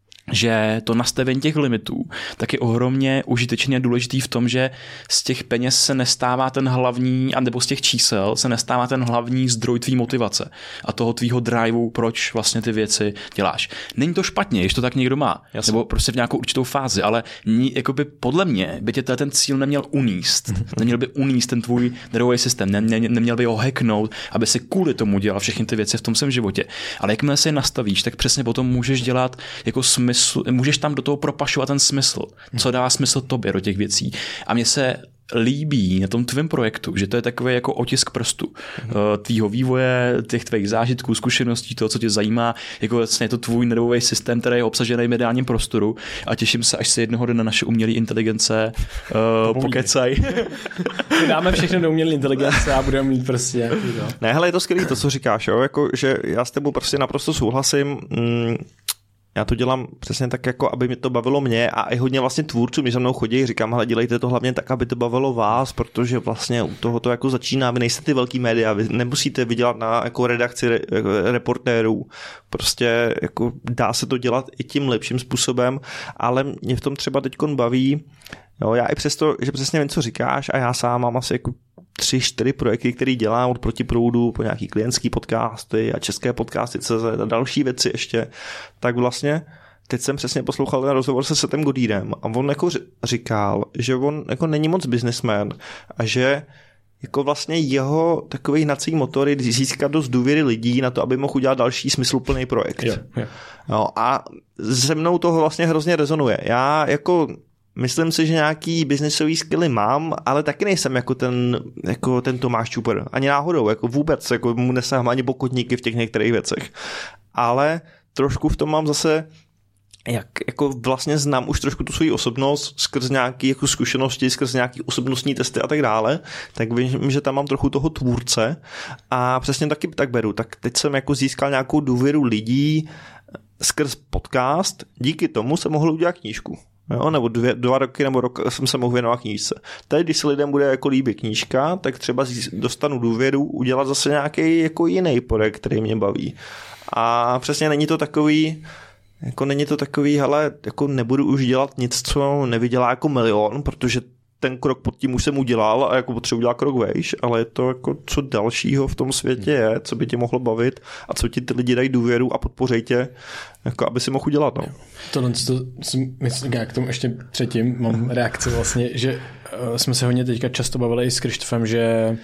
že to nastavení těch limitů tak je ohromně užitečně důležitý v tom, že z těch peněz se nestává ten hlavní, anebo z těch čísel se nestává ten hlavní zdroj tvý motivace a toho tvýho driveu, proč vlastně ty věci děláš. Není to špatně, když to tak někdo má, Jasně. nebo prostě v nějakou určitou fázi, ale ní, jakoby podle mě by tě ten cíl neměl uníst. Mm-hmm. Neměl by uníst ten tvůj nervový systém, neměl, neměl by ho hacknout, aby si kvůli tomu dělal všechny ty věci v tom svém životě. Ale jakmile se je nastavíš, tak přesně potom můžeš dělat jako smysl, můžeš tam do toho propašovat ten smysl, co dá smysl tobě do těch věcí. A mně se líbí na tom tvém projektu, že to je takový jako otisk prstu mm-hmm. tvýho vývoje, těch tvých zážitků, zkušeností, toho, co tě zajímá, jako vlastně je to tvůj nervový systém, který je obsažený v mediálním prostoru a těším se, až se jednoho dne naše umělé inteligence uh, pokecaj. Dáme všechno do umělé inteligence a budeme mít prostě. No. Ne, hele, je to skvělý, to, co říkáš, jo? Jako, že já s tebou prostě naprosto souhlasím. Mm. Já to dělám přesně tak, jako aby mě to bavilo mě a i hodně vlastně tvůrců mi za mnou chodí, říkám, hele, dělejte to hlavně tak, aby to bavilo vás, protože vlastně u toho to jako začíná, vy nejste ty velký média, vy nemusíte vydělat na jako redakci re, reportérů, prostě jako dá se to dělat i tím lepším způsobem, ale mě v tom třeba teďkon baví, jo, já i přesto, že přesně vím, co říkáš a já sám mám asi jako tři, čtyři projekty, které dělám od Protiproudu po nějaký klientský podcasty a české podcasty C Z a další věci ještě, tak vlastně teď jsem přesně poslouchal ten rozhovor se Setem Godinem a on jako říkal, že on jako není moc businessman a že jako vlastně jeho takový hnací motor je získat dost důvěry lidí na to, aby mohl udělat další smysluplný projekt. Jo, jo. No a se mnou toho vlastně hrozně rezonuje. Já jako myslím si, že nějaký biznesový skilly mám, ale taky nejsem jako ten, jako ten Tomáš Čuper. Ani náhodou, jako vůbec, jako mu nesahám ani bokotníky v těch některých věcech. Ale trošku v tom mám zase, jak jako vlastně znám už trošku tu svou osobnost skrz nějaké jako zkušenosti, skrz nějaké osobnostní testy a tak dále, tak vím, že tam mám trochu toho tvůrce a přesně taky tak beru. Tak teď jsem jako získal nějakou důvěru lidí skrz podcast, díky tomu jsem mohl udělat knížku. Jo, nebo dvě, dva roky nebo rok jsem se mohl věnovat knížce. Teď, když se lidem bude jako líbit knížka, tak třeba dostanu důvěru udělat zase nějaký jako jiný projekt, který mě baví. A přesně není to takový, jako není to takový, hele, jako nebudu už dělat nic, co nevydělá jako milion, protože ten krok pod tím už jsem udělal a jako potřebuji udělat krok vejš, ale je to jako co dalšího v tom světě je, co by tě mohlo bavit a co ti ty lidi dají důvěru a podpoří tě, jako aby si mohl udělat. No. Tohle, to myslím, já k tomu ještě třetím mám reakci vlastně, že uh, jsme se hodně teďka často bavili i s Krištofem, že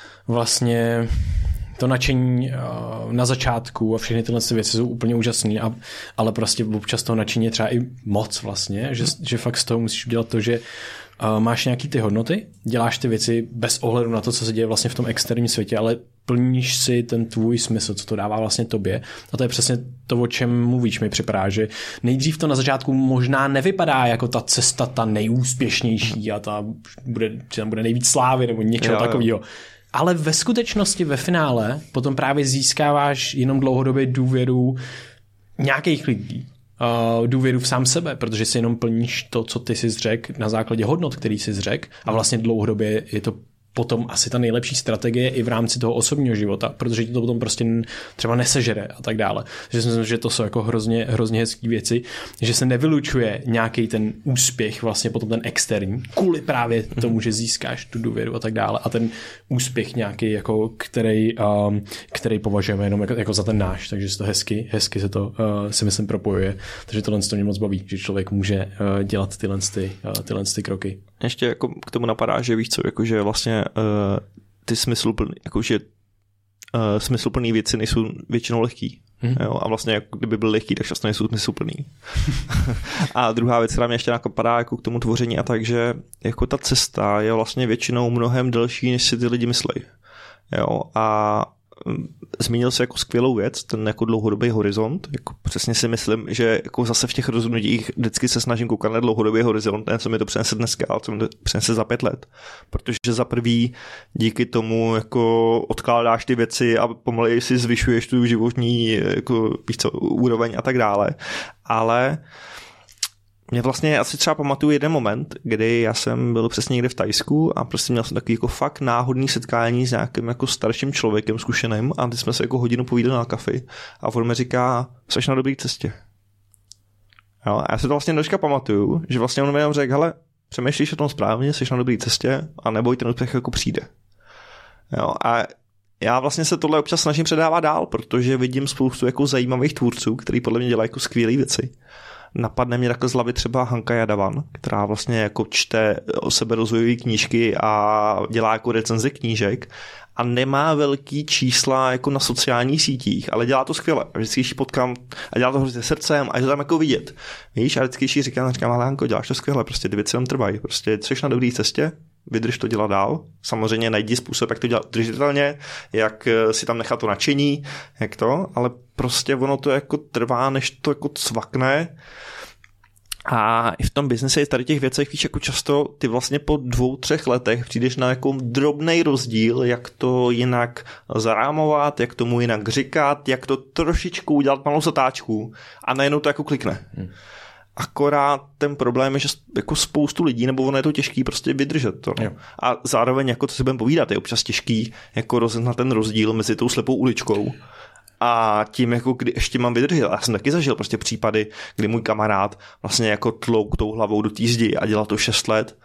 vlastně to nadšení uh, na začátku a všechny tyhle věci jsou úplně úžasné, ale prostě občas toho nadšení je třeba i moc vlastně, že, že fakt z toho musíš udělat to, že Uh, máš nějaký ty hodnoty, děláš ty věci bez ohledu na to, co se děje vlastně v tom externím světě, ale plníš si ten tvůj smysl, co to dává vlastně tobě. A to je přesně to, o čem mluvíš, mi připadá, že nejdřív to na začátku možná nevypadá jako ta cesta ta nejúspěšnější a ta bude, že tam bude nejvíc slávy nebo něčeho takového. ale ve skutečnosti ve finále potom právě získáváš jenom dlouhodobě důvěru nějakých lidí. Uh, důvěru v sám sebe, protože si jenom plníš to, co ty jsi řekl na základě hodnot, který jsi řekl a vlastně dlouhodobě je to potom asi ta nejlepší strategie i v rámci toho osobního života, protože ti to potom prostě třeba nesežere a tak dále. Že si myslím, že to jsou jako hrozně, hrozně hezký věci, že se nevylučuje nějaký ten úspěch, vlastně potom ten externí, kvůli právě tomu, že získáš tu důvěru a tak dále a ten úspěch nějaký, jako, který, um, který považujeme jenom jako, jako za ten náš, takže se to hezky, hezky se to uh, si myslím propojuje. Takže tohle to mě moc baví, že člověk může uh, dělat tyhle, ty, uh, tyhle ty kroky. Ještě jako k tomu napadá, že víš co, jakože vlastně uh, ty smysluplný, jakože uh, smysluplný věci nejsou většinou lehký. Hmm. Jo? A vlastně jako kdyby byly lehký, tak často nejsou smysluplný. A druhá věc, která mě ještě napadá jako k tomu tvoření a tak, že jako ta cesta je vlastně většinou mnohem delší, než si ty lidi myslí. Jo? A zmínil se jako skvělou věc, ten jako dlouhodobý horizont. Jako přesně si myslím, že jako zase v těch rozhodnutích vždycky se snažím koukat na dlouhodobý horizont, ne co mi to přinese dneska, ale co mi to přinese za pět let. Protože za prvý díky tomu jako odkládáš ty věci a pomaleji si zvyšuješ tu životní jako, víš co, úroveň a tak dále. Ale mě vlastně asi třeba pamatuju jeden moment, kdy já jsem byl přesně někde v Thajsku a prostě měl jsem takový jako fakt náhodný setkání s nějakým jako starším člověkem zkušeným a ty jsme se jako hodinu povídali na kafi a on mi říká, jsi na dobré cestě. Jo, a já si to vlastně dneska pamatuju, že vlastně on mi jenom řekl, hele, přemýšlíš o tom správně, jsi na dobré cestě a neboj, ten úspěch jako přijde. Jo, a já vlastně se tohle občas snažím předávat dál, protože vidím spoustu jako zajímavých tvůrců, který podle mě dělají jako skvělé věci. Napadne mě takhle z hlavy třeba Hanka Jadavan, která vlastně jako čte o sebe rozvojové knížky a dělá jako recenze knížek a nemá velký čísla jako na sociálních sítích, ale dělá to skvěle. A vždycky ji potkám a dělá to hrozně srdcem a je to tam jako vidět. Víš, a vždycky ji říkám, říkám, ale Hanko, děláš to skvěle, prostě ty věci tam trvají. Prostě jsi na dobré cestě, vydrž to dělat dál. Samozřejmě najdi způsob, jak to dělat držitelně, jak si tam nechat to nadšení, jak to, ale prostě ono to jako trvá, než to jako cvakne. A i v tom biznise tady těch věcech, víš, jako často ty vlastně po dvou, třech letech přijdeš na jako drobný rozdíl, jak to jinak zarámovat, jak tomu jinak říkat, jak to trošičku udělat malou zatáčku a najednou to jako klikne. Hmm. Akorát ten problém je, že jako spoustu lidí, nebo ono je to těžký prostě vydržet to. No. A zároveň, jako to si budeme povídat, je občas těžký jako rozeznat ten rozdíl mezi tou slepou uličkou a tím, jako kdy ještě mám vydržet. Já jsem taky zažil prostě případy, kdy můj kamarád vlastně jako tlouk tou hlavou do té zdi a dělal to šest let.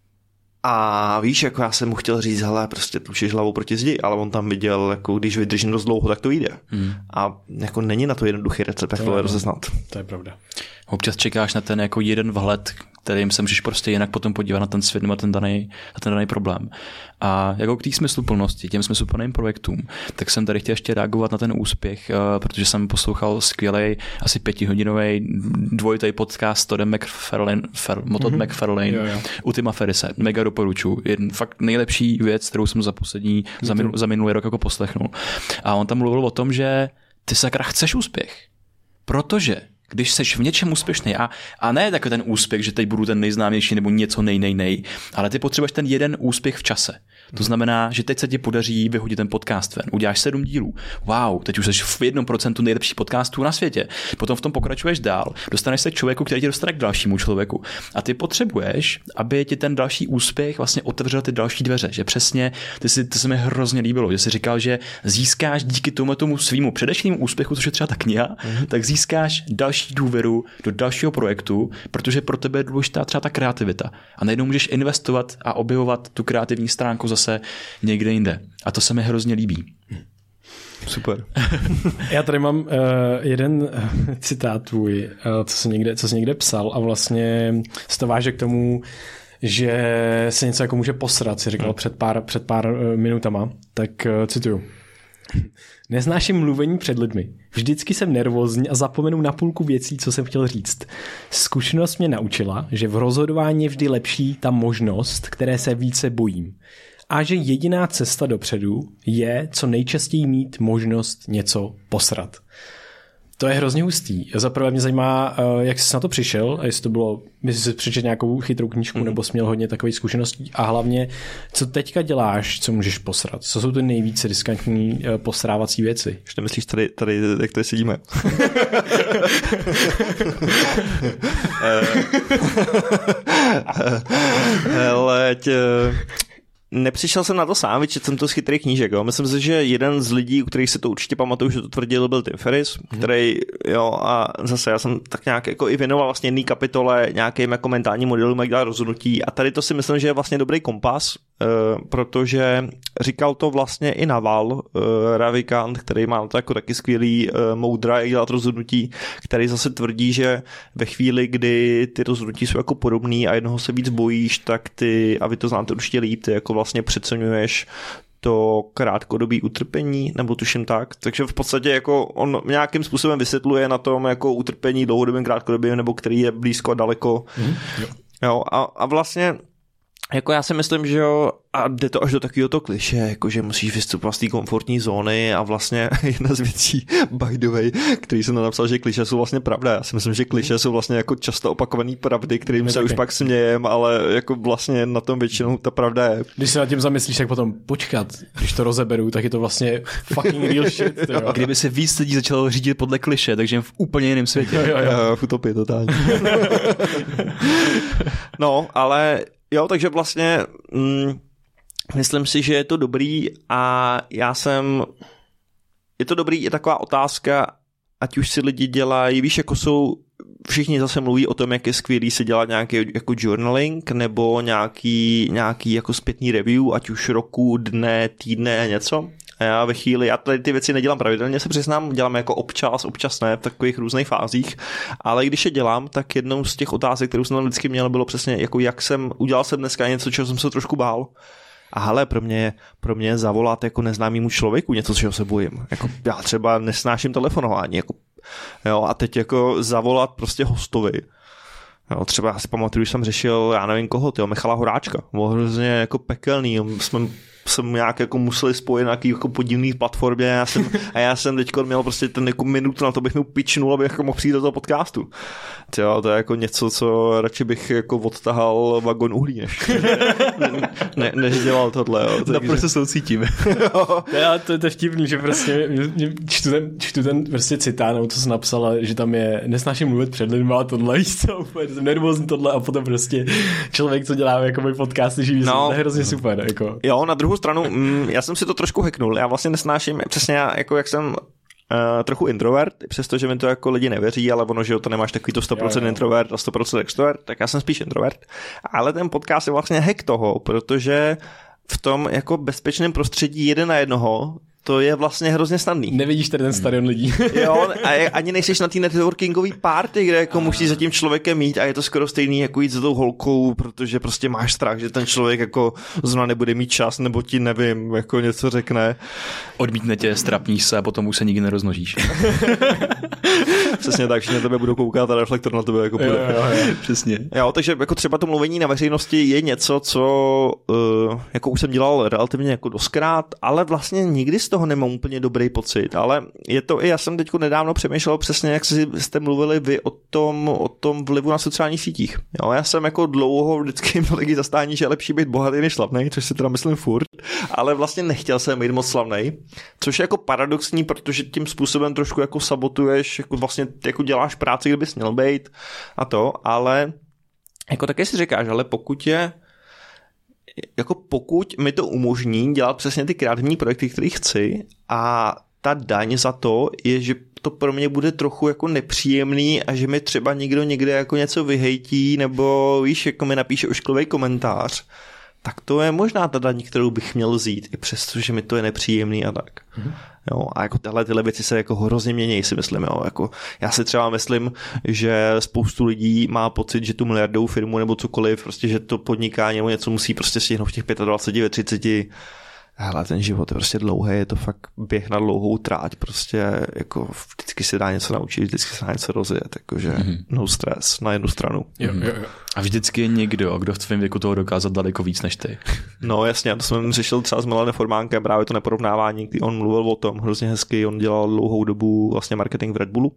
A víš, jako já jsem mu chtěl říct, hele, prostě tlučíš hlavou proti zdi, ale on tam viděl, jako když vydržím dost dlouho, tak to jde. Hmm. A jako není na to jednoduchý recept, jak to je rozeznat. To je pravda. Občas čekáš na ten jako jeden vhled, kterým se můžeš prostě jinak potom podívat na ten svět nebo ten daný, na ten daný problém. A jako k té smysluplnosti, těm smysluplným projektům, tak jsem tady chtěl ještě reagovat na ten úspěch, protože jsem poslouchal skvělej, asi pětihodinový dvojitý podcast Toddem McFarlane, Fer, Todd mm-hmm. McFarlane jo, jo. u Tima Ferrise. Mega doporučuji. Jeden fakt nejlepší věc, kterou jsem za poslední, za, minul, za minulý rok jako poslechnul. A on tam mluvil o tom, že ty sakra chceš úspěch. Protože když seš v něčem úspěšný a, a ne takový ten úspěch, že teď budu ten nejznámější nebo něco nej, nej, nej, ale ty potřebuješ ten jeden úspěch v čase. To znamená, že teď se ti podaří vyhodit ten podcast ven. Uděláš sedm dílů. Wow, teď už jsi v jednom procentu nejlepší podcastů na světě. Potom v tom pokračuješ dál. Dostaneš se k člověku, který tě dostane k dalšímu člověku. A ty potřebuješ, aby ti ten další úspěch vlastně otevřel ty další dveře. Že přesně, ty si, to se mi hrozně líbilo, že jsi říkal, že získáš díky tomu tomu svýmu předešlému úspěchu, což je třeba ta kniha, mm-hmm. tak získáš další důvěru do dalšího projektu, protože pro tebe je důležitá třeba ta kreativita. A najednou můžeš investovat a objevovat tu kreativní stránku zase někde jinde. A to se mi hrozně líbí. Super. Já tady mám uh, jeden citát tvůj, uh, co jsi někde, co jsi někde psal a vlastně se to váže k tomu, že se něco jako může posrat, si říkal hmm. před pár, před pár uh, minutama. Tak uh, cituju. Neznáším mluvení před lidmi. Vždycky jsem nervózní a zapomenu na půlku věcí, co jsem chtěl říct. Zkušenost mě naučila, že v rozhodování je vždy lepší ta možnost, které se více bojím. A že jediná cesta dopředu je co nejčastěji mít možnost něco posrat. To je hrozně hustý. Zaprvé mě zajímá, jak jsi na to přišel, a jestli to bylo, jestli jsi přečetl nějakou chytrou knížku, mm. nebo jsi měl hodně takových zkušeností, a hlavně, co teďka děláš, co můžeš posrat? Co jsou ty nejvíce riskantní posrávací věci? Už nemyslíš tady, tady jak tady sedíme? Hele, nepřišel jsem na to sám, vyčetl jsem to z chytrých knížek. Jo. Myslím si, že jeden z lidí, u kterých si to určitě pamatuju, že to tvrdil, byl Tim Ferriss, který, jo, a zase já jsem tak nějak jako i věnoval vlastně jedné kapitole nějakým jako mentálním modelům, jak dělat rozhodnutí, a tady to si myslím, že je vlastně dobrý kompas, uh, protože říkal to vlastně i Naval, uh, Ravikant, který má to jako taky skvělý uh, moudra, jak dělat rozhodnutí, který zase tvrdí, že ve chvíli, kdy ty rozhodnutí jsou jako podobný a jednoho se víc bojíš, tak ty, a vy to znáte určitě líp, ty jako vlastně přeceňuješ to krátkodobý utrpení, nebo tuším tak. Takže v podstatě jako on nějakým způsobem vysvětluje na tom jako utrpení dlouhodobým, krátkodobým, nebo který je blízko a daleko. Mm-hmm. Jo. Jo, a, a vlastně jako já si myslím, že jo, a jde to až do takového to kliše, jako že musíš vystupovat z té komfortní zóny, a vlastně jedna z věcí, by the way, který jsem napsal, že kliše jsou vlastně pravda. Já si myslím, že kliše jsou vlastně jako často opakované pravdy, kterým se už pak smějem, ale jako vlastně na tom většinou ta pravda je. Když se nad tím zamyslíš, tak potom počkat, když to rozeberu, tak je to vlastně fucking real shit. Jo. Kdyby se víc lidí začalo řídit podle kliše, takže v úplně jiném světě. Jo, jo, jo. V utopii totálně. No, ale jo, takže vlastně mm, myslím si, že je to dobrý, a já jsem, je to dobrý, je taková otázka, ať už si lidi dělají, víš, jako jsou, všichni zase mluví o tom, jak je skvělý si dělat nějaký jako journaling, nebo nějaký, nějaký jako zpětný review, ať už roku, dne, týdne, něco. A já ve chvíli, já tady ty věci nedělám pravidelně, se přiznám, dělám jako občas, občas ne, v takových různých fázích, ale když je dělám, tak jednou z těch otázek, kterou jsem tam vždycky měl, bylo přesně, jako jak jsem, udělal jsem dneska něco, čeho jsem se trošku bál. A hele, pro mě, pro mě zavolat jako neznámému člověku něco, čeho se bojím. Jako já třeba nesnáším telefonování, jako, jo, a teď jako zavolat prostě hostovi. Jo, třeba já si pamatuju, když jsem řešil, já nevím koho, tyjo, Michala Horáčka. Bylo hrozně jako pekelný, jsme jsem nějak jako museli spojit na nějaký jako podivný platformě, a já jsem, a já jsem teďko měl prostě ten jako minutu na to, bych mu pičnul, abych jako mohl přijít do toho podcastu. Tyjo, to je jako něco, co radši bych jako odtahal vagon uhlí, než, ne, ne, než dělal tohle. Jo. Naprosto soucítím. To, to, to je vtipný, že prostě čtu ten, čtu ten prostě citát, nebo co jsi napsala, že tam je, nesnáším mluvit před lidma a tohle, víš co, jsem nervózní tohle, a potom prostě člověk, co dělá jako můj podcast, živí, no, to je hrozně super. Jako. Jo, na druhou stranu, mm, já jsem si to trošku hacknul, já vlastně nesnáším, přesně já, jako jak jsem Uh, trochu introvert, přestože mi to jako lidi nevěří, ale ono, že to nemáš takový to sto procent jo, jo. introvert a sto procent extrovert, tak já jsem spíš introvert. Ale ten podcast je vlastně hack toho, protože v tom jako bezpečném prostředí jeden na jednoho to je vlastně hrozně snadný. Nevidíš tady ten stadion lidí. Jo, a je, ani nejsiš na té networkingový party, kde jako musíš za tím člověkem mít, a je to skoro stejný jako jít za tou holkou, protože prostě máš strach, že ten člověk jako zrovna nebude mít čas, nebo ti nevím, jako něco řekne. Odmítne tě, strapníš se a potom už se nikdy nerozmnožíš. Přesně tak, všichni na tebe budou koukat a reflektor na tebe jako bude. Jo, jo, jo. Přesně. Jo, takže jako třeba to mluvení na veřejnosti je něco, co uh, jako už jsem dělal relativně jako doskrát, ale vlastně nikdy z toho nemám úplně dobrý pocit, ale je to i, já jsem teďko nedávno přemýšlel přesně, jak jste mluvili vy o tom, o tom vlivu na sociálních sítích. Jo, já jsem jako dlouho vždycky měl taky zastání, že je lepší být bohatý než slavnej, což si teda myslím furt, ale vlastně nechtěl jsem být moc slavnej, což je jako paradoxní, protože tím způsobem trošku jako sabotuješ, jako vlastně jako děláš práci, kde bys měl být a to, ale jako také si říkáš, ale pokud je jako pokud mi to umožní dělat přesně ty kreativní projekty, které chci, a ta daň za to je, že to pro mě bude trochu jako nepříjemný a že mi třeba někdo někde jako něco vyhejtí, nebo víš, jako mi napíše ošklivý komentář, tak to je možná ta daň, kterou bych měl vzít, i přesto, že mi to je nepříjemný a tak. Mm-hmm. Jo, a jako tyhle tyhle věci se jako hrozně mění, si myslím. Jo. Jako, já si třeba myslím, že spoustu lidí má pocit, že tu miliardovou firmu nebo cokoliv, prostě, že to podnikání nebo něco musí prostě stihnout v těch dvaceti pěti, ve třiceti. hele, ten život je prostě dlouhý, je to fakt běh na dlouhou tráť, prostě jako vždycky se dá něco naučit, vždycky se dá něco rozjet, jakože mm-hmm. no stres na jednu stranu. Jo, jo, jo. A vždycky je někdo, kdo v tvém věku toho dokázat daleko víc než ty. No jasně, to jsem řešil třeba s Milanem Formánkem, právě to neporovnávání, kdy on mluvil o tom hrozně hezky, on dělal dlouhou dobu vlastně marketing v Red Bullu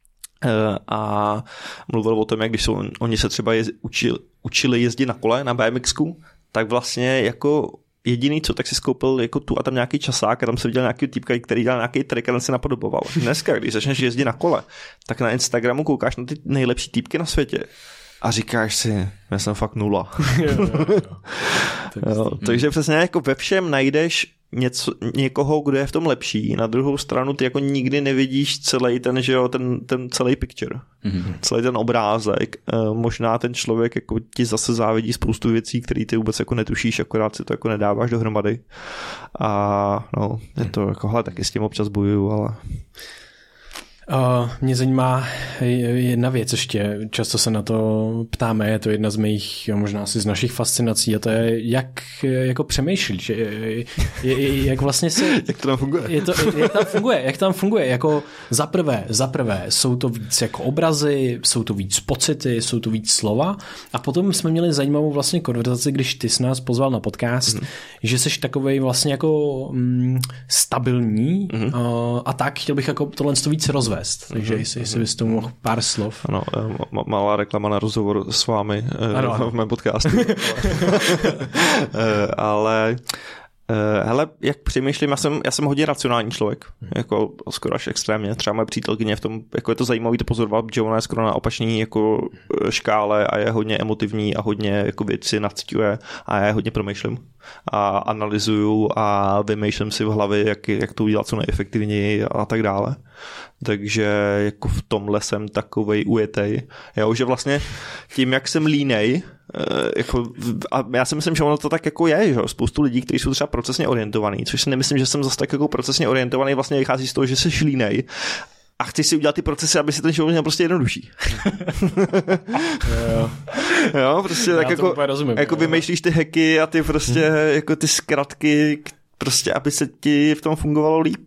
a mluvil o tom, jak když jsou, oni se třeba jez, učili, učili jezdit na kole, na bé em exku, tak vlastně jako jediný, co tak si skoupil jako tu a tam nějaký časák a tam se viděl nějaký týpka, který dělal nějaký trik a ten si napodoboval. Dneska, když začneš jezdit na kole, tak na Instagramu koukáš na ty nejlepší týpky na světě a říkáš si, já jsem fakt nula. jo, jo, jo. jo, takže přesně jako ve všem najdeš něco, někoho, kdo je v tom lepší. Na druhou stranu ty jako nikdy nevidíš celý ten, že jo, ten, ten celý picture. Mm-hmm. Celý ten obrázek. E, možná ten člověk jako ti zase závidí spoustu věcí, které ty vůbec jako netušíš, akorát si to jako nedáváš dohromady. A no, je to jako, hele, taky s tím občas bojuju, ale... Uh, mě zajímá jedna věc ještě, často se na to ptáme, je to jedna z mých, možná asi z našich fascinací, a to je, jak jako přemýšlíš, je, je, jak vlastně se... jak to tam funguje? Je to, jak tam funguje, jak tam funguje, jako zaprvé, zaprvé jsou to víc jako obrazy, jsou to víc pocity, jsou to víc slova, a potom jsme měli zajímavou vlastně konverzaci, když ty jsi nás pozval na podcast, mm-hmm. že jsi takovej vlastně jako mm, stabilní mm-hmm. uh, a tak chtěl bych jako tohle víc rozvést. Takže mm-hmm. jestli, jestli bys tomu mohl pár slov. Ano, ma- malá reklama na rozhovor s vámi ano, ano. v mém podcastu. Ale hele, jak přemýšlím, já jsem, já jsem hodně racionální člověk, jako skoro až extrémně. Třeba moje přítelkyně v tom, jako je to zajímavý to pozorovat, že ona je skoro na opačný jako škále a je hodně emotivní a hodně jako věci nacťuje a já je hodně promýšlím a analyzuju a vymýšlím si v hlavě, jak, jak to udělat co nejefektivněji a tak dále. Takže jako v tomhle jsem takovej ujetej. Jo, že vlastně tím, jak jsem línej, jako, a já si myslím, že ono to tak jako je, že spoustu lidí, kteří jsou třeba procesně orientovaný, což si nemyslím, že jsem zase tak jako procesně orientovaný, vlastně vychází z toho, že jsi línej a chci si udělat ty procesy, aby si ten život měl prostě jednodušší. jo. jo, prostě já tak jako, rozumím, jako vymýšlíš ty hacky a ty prostě hmm. jako ty zkratky, prostě aby se ti v tom fungovalo líp.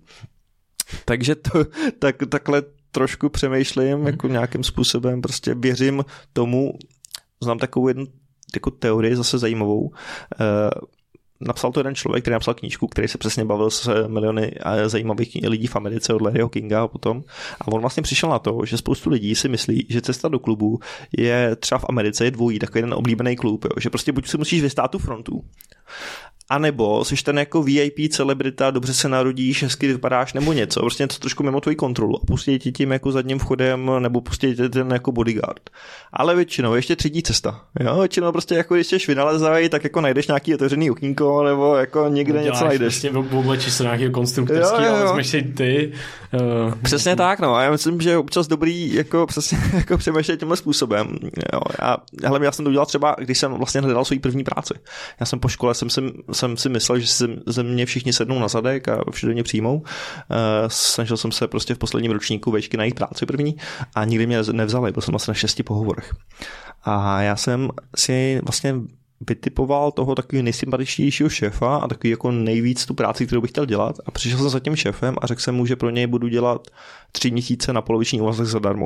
Takže to, tak, takhle trošku přemýšlím, hmm. jako nějakým způsobem prostě věřím tomu, znám takovou jednu jako teorii zase zajímavou. E, napsal to jeden člověk, který napsal knížku, který se přesně bavil s miliony zajímavých lidí v Americe od Larryho Kinga a potom. A on vlastně přišel na to, že spoustu lidí si myslí, že cesta do klubu je třeba v Americe je dvojí, takový jeden oblíbený klub, jo, že prostě buď si musíš vystát tu frontu, a nebo jsi ten jako V I P celebrita, dobře se narodíš, hezky vypadáš nebo něco, prostě něco trošku mimo tvoji kontrolu a pustí ti tím jako zadním vchodem nebo pustí ti ten jako bodyguard. Ale většinou ještě třetí cesta. Jo, většinou prostě jako když jsi vynalezavý, tak jako najdeš nějaký otevřený okýnko nebo jako někde no, něco najdeš. Prostě oblečíš se nějakého konstruktorského, ale vezmeš si ty. Uh, přesně tak, no. A já myslím, že je občas dobrý jako přesně jako přemýšlet tímhle způsobem. Jo, já, hele, já jsem to udělal třeba, když jsem vlastně hledal svou první práci. Já jsem po škole jsem si jsem si myslel, že se ze mě všichni sednou na zadek a všude mě přijmou. Uh, snažil jsem se prostě v posledním ročníku vejšky najít práci první a nikdy mě nevzali, byl jsem asi na šesti pohovorech. A já jsem si vlastně vytipoval toho takového nejsympatičtějšího šéfa a takový jako nejvíc tu práci, kterou bych chtěl dělat a přišel jsem za tím šéfem a řekl jsem mu, že pro něj budu dělat tři měsíce na poloviční úvazek zadarmo.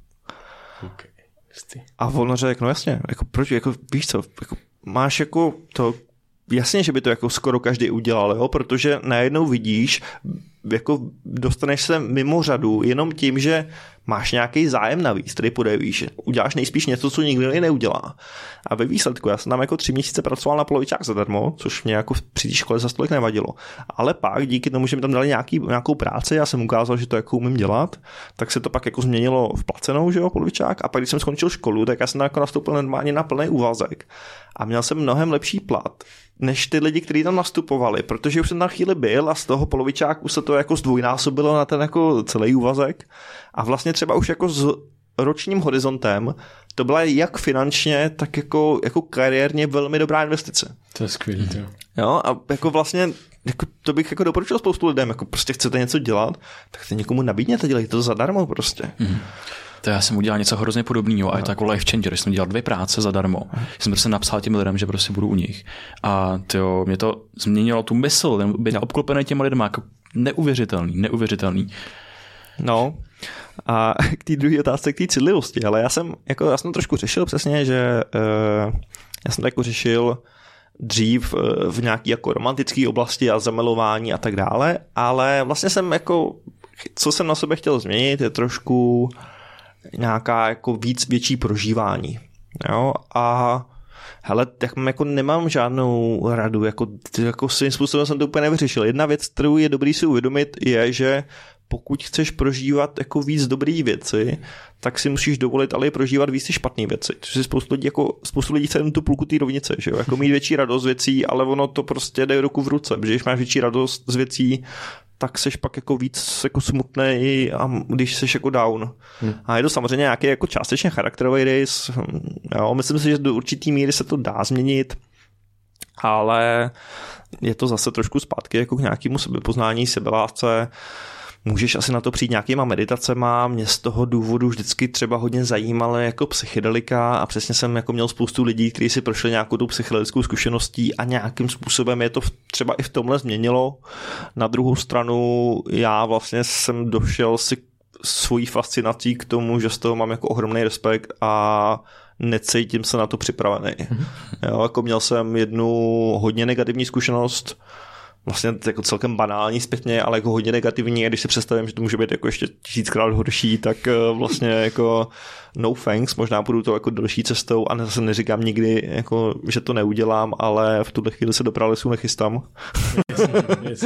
Okay. A on řekl, no jasně, jako proč, jako víš co, jako máš jako to jasně, že by to jako skoro každý udělal, jo? Protože najednou vidíš, jako dostaneš se mimo řadu jenom tím, že máš nějaký zájem navíc, který podevíš, uděláš nejspíš něco, co nikdo neudělá. A ve výsledku, já jsem tam jako tři měsíce pracoval na polovičák zadarmo, což mě jako při té škole za stolik nevadilo. Ale pak díky tomu, že mi tam dali nějaký, nějakou práci, já jsem ukázal, že to jako umím dělat, tak se to pak jako změnilo v placenou, že jo, polovičák. A pak, když jsem skončil školu, tak já jsem jako nastoupil normálně na plný úvazek. A měl jsem mnohem lepší plat než ty lidi, kteří tam nastupovali, protože už jsem na chvíli byl a z toho polovičáku se to jako zdvojnásobilo na ten jako celý úvazek. A vlastně třeba už jako s ročním horizontem to byla jak finančně, tak jako, jako kariérně velmi dobrá investice. To je skvělý, jo. Jo, a jako vlastně jako to bych jako doporučil spoustu lidem, jako prostě chcete něco dělat, tak se někomu nabídněte, dělejte to zadarmo prostě. Mm. To já jsem udělal něco hrozně podobného a je to jako life changer, že jsem dělal dvě práce zadarmo. Jsem prostě napsal těm lidem, že prostě budu u nich. A tyjo, mě to změnilo tu mysl, být obklopený těma lidma, jako neuvěřitelný, neuvěřitelný. No, a k té druhé otázce, k té citlivosti, ale já jsem, jako, já jsem trošku řešil přesně, že uh, já jsem to jako řešil dřív v nějaký jako romantické oblasti a zamilování a tak dále, ale vlastně jsem jako, co jsem na sebe chtěl změnit, je trošku nějaká jako víc větší prožívání. Jo? A hele, tak jako nemám žádnou radu, jako, jako svým způsobem jsem to úplně nevyřešil. Jedna věc, kterou je dobrý si uvědomit, je, že pokud chceš prožívat jako víc dobrý věci, tak si musíš dovolit ale prožívat víc ty špatné věci. Což si spoustu lidí, jako, spoustu lidí chce jen tu půlku té rovnice, že jo? Jako mít větší radost z věcí, ale ono to prostě jde ruku v ruce, protože když máš větší radost z věcí, tak seš pak jako víc jako smutnej, a když seš jako down. Hmm. A je to samozřejmě nějaký jako částečně charakterový rys. Jo, myslím si, že do určitý míry se to dá změnit, ale je to zase trošku zpátky jako k nějakému sebepoznání, sebelásce. Můžeš asi na to přijít nějakýma meditacema, mě z toho důvodu vždycky třeba hodně zajímaly jako psychedelika a přesně jsem jako měl spoustu lidí, kteří si prošli nějakou tu psychedelickou zkušeností a nějakým způsobem je to třeba i v tomhle změnilo. Na druhou stranu já vlastně jsem došel si svojí fascinací k tomu, že z toho mám jako ohromný respekt a necítím se na to připravený. Mm-hmm. Jo, jako měl jsem jednu hodně negativní zkušenost, vlastně jako celkem banální zpětně, ale jako hodně negativní, a když si představím, že to může být jako ještě tisíckrát horší, tak vlastně jako no thanks, možná půjdu to jako další cestou a zase neříkám nikdy, jako, že to neudělám, ale v tuhle chvíli se do pralesu nechystám. Yes, yes.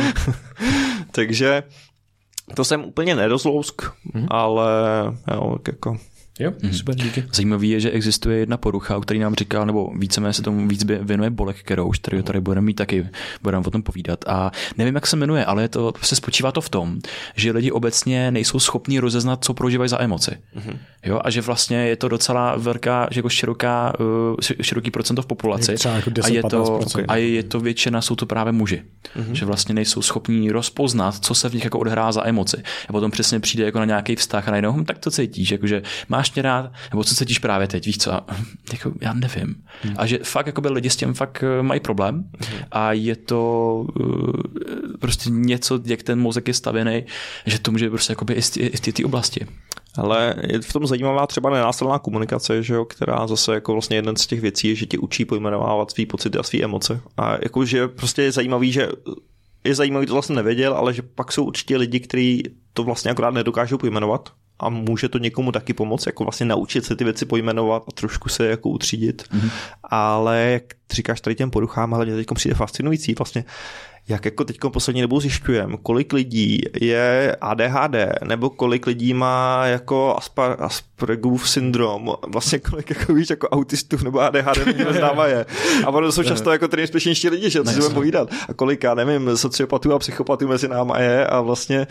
Takže to jsem úplně nedozlousk, hmm. ale jo, jako... Jo, super, díky. Zajímavý je, že existuje jedna porucha, o který nám říká, nebo víceméně se tomu víc věnuje Bolek Kerouš, který tady budeme mít taky, budeme o tom povídat. A nevím, jak se jmenuje, ale je to, se spočívá to v tom, že lidi obecně nejsou schopní rozeznat, co prožívají za emoci. Mm-hmm. Jo, a že vlastně je to docela velká, že jako široká, široký procento v populaci. Jako deset, a, je to, okay. a je to většina, jsou to právě muži. Mm-hmm. Že vlastně nejsou schopní rozpoznat, co se v nich jako odhrá za emoci. A potom přesně přijde jako na nějaký vztah a najednou, hm, tak to cítíš, jakože máš mě rád, nebo co cítíš právě teď, víš co, jako, já nevím. Hmm. A že fakt jakoby lidi s tím fakt mají problém hmm. a je to uh, prostě něco, jak ten mozek je stavěný, že to může prostě jakoby i v té oblasti. Ale je v tom zajímavá třeba nenásilná komunikace, že jo, která zase jako vlastně jeden z těch věcí je, že ti učí pojmenovávat svý pocity a svý emoce. A jakože prostě je zajímavý, že je zajímavý, to vlastně nevěděl, ale že pak jsou určitě lidi, kteří to vlastně akorát nedokážou pojmenovat a může to někomu taky pomoct, jako vlastně naučit se ty věci pojmenovat a trošku se jako utřídit. Mm-hmm. Ale jak říkáš tady těm poruchám, ale mě teď přijde fascinující vlastně, jak jako teď poslední dobou zjišťujeme, kolik lidí je A D H D, nebo kolik lidí má jako Aspar, Aspergerův syndrom, vlastně kolik jako víš, jako autistů nebo A D H D neznáma je. A ono jsou často jako ty nejspěšnější lidi, že co si budeme povídat. A kolik, já nevím, sociopatů a psychopatů mezi náma je a vlastně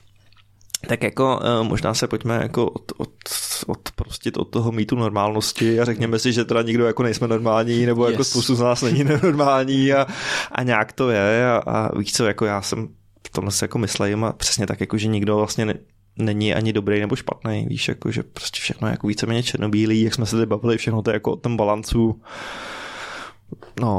tak jako možná se pojďme jako od, od, od, prostě od toho mýtu normálnosti a řekněme si, že teda nikdo jako nejsme normální, nebo yes. jako spoustu z nás není nenormální a, a nějak to je a, a víš co, jako já jsem v tomhle se jako myslím a přesně tak, jako že nikdo vlastně ne, není ani dobrý nebo špatný, víš, jako že prostě všechno je jako víceméně černobílý, jak jsme se tady bavili, všechno to je jako o tom balancu. No.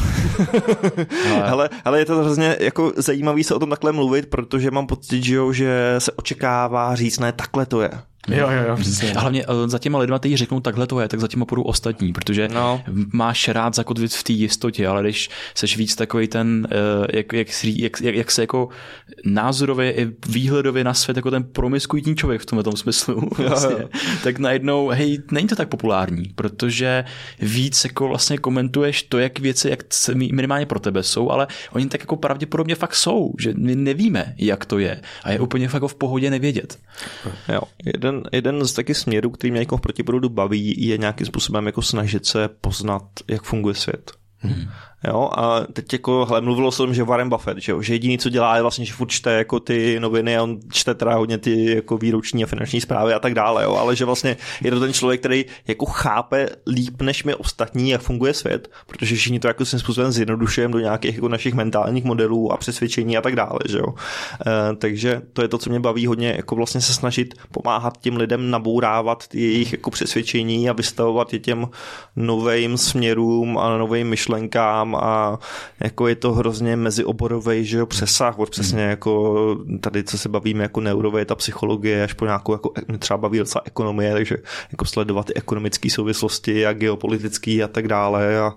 ale, ale je to hrozně jako zajímavý se o tom takhle mluvit, protože mám pocit, že, jo, že se očekává říct, ne, takhle to je. Jo, jo, jo, přesně. A hlavně za těma lidma, kteří řeknou takhle to je, tak za těma půjdou ostatní, protože no. máš rád zakotvit v té jistotě, ale když seš víc takový ten, jak, jak, jak, jak, jak se jako názorově i výhledově na svět jako ten promiskuitní člověk v tomhle tom smyslu, vlastně, jo, jo. tak najednou, hej, není to tak populární, protože víc jako vlastně komentuješ to, jak věci, jak minimálně pro tebe jsou, ale oni tak jako pravděpodobně fakt jsou, že my nevíme, jak to je a je úplně fakt jako v pohodě nevědět. Jo, jeden Jeden z taky směrů, který mě jako v protiproudu baví, je nějakým způsobem jako snažit se poznat, jak funguje svět. Hmm. Jo, a teď jako, hele, mluvilo se o tom, že Warren Buffett, že, jo, že jediný, co dělá, je vlastně, že furt čte jako ty noviny a on čte teda hodně ty jako výroční a finanční zprávy a tak dále, jo, ale že vlastně je to ten člověk, který jako chápe líp než my ostatní, jak funguje svět, protože všichni to jako svým způsobem zjednodušujeme do nějakých jako našich mentálních modelů a přesvědčení a tak dále, že jo. E, takže to je to, co mě baví hodně, jako vlastně se snažit pomáhat těm lidem nabourávat ty jejich jako přesvědčení a vystavovat je těm novým směrům a novým myšlenkám a jako je to hrozně mezioborovej, že jo, přesah od přesně hmm. jako tady, co se bavíme jako neurověda, psychologie, až po nějakou jako třeba baví docela ekonomie, takže jako sledovat ty ekonomické souvislosti a geopolitický a tak dále a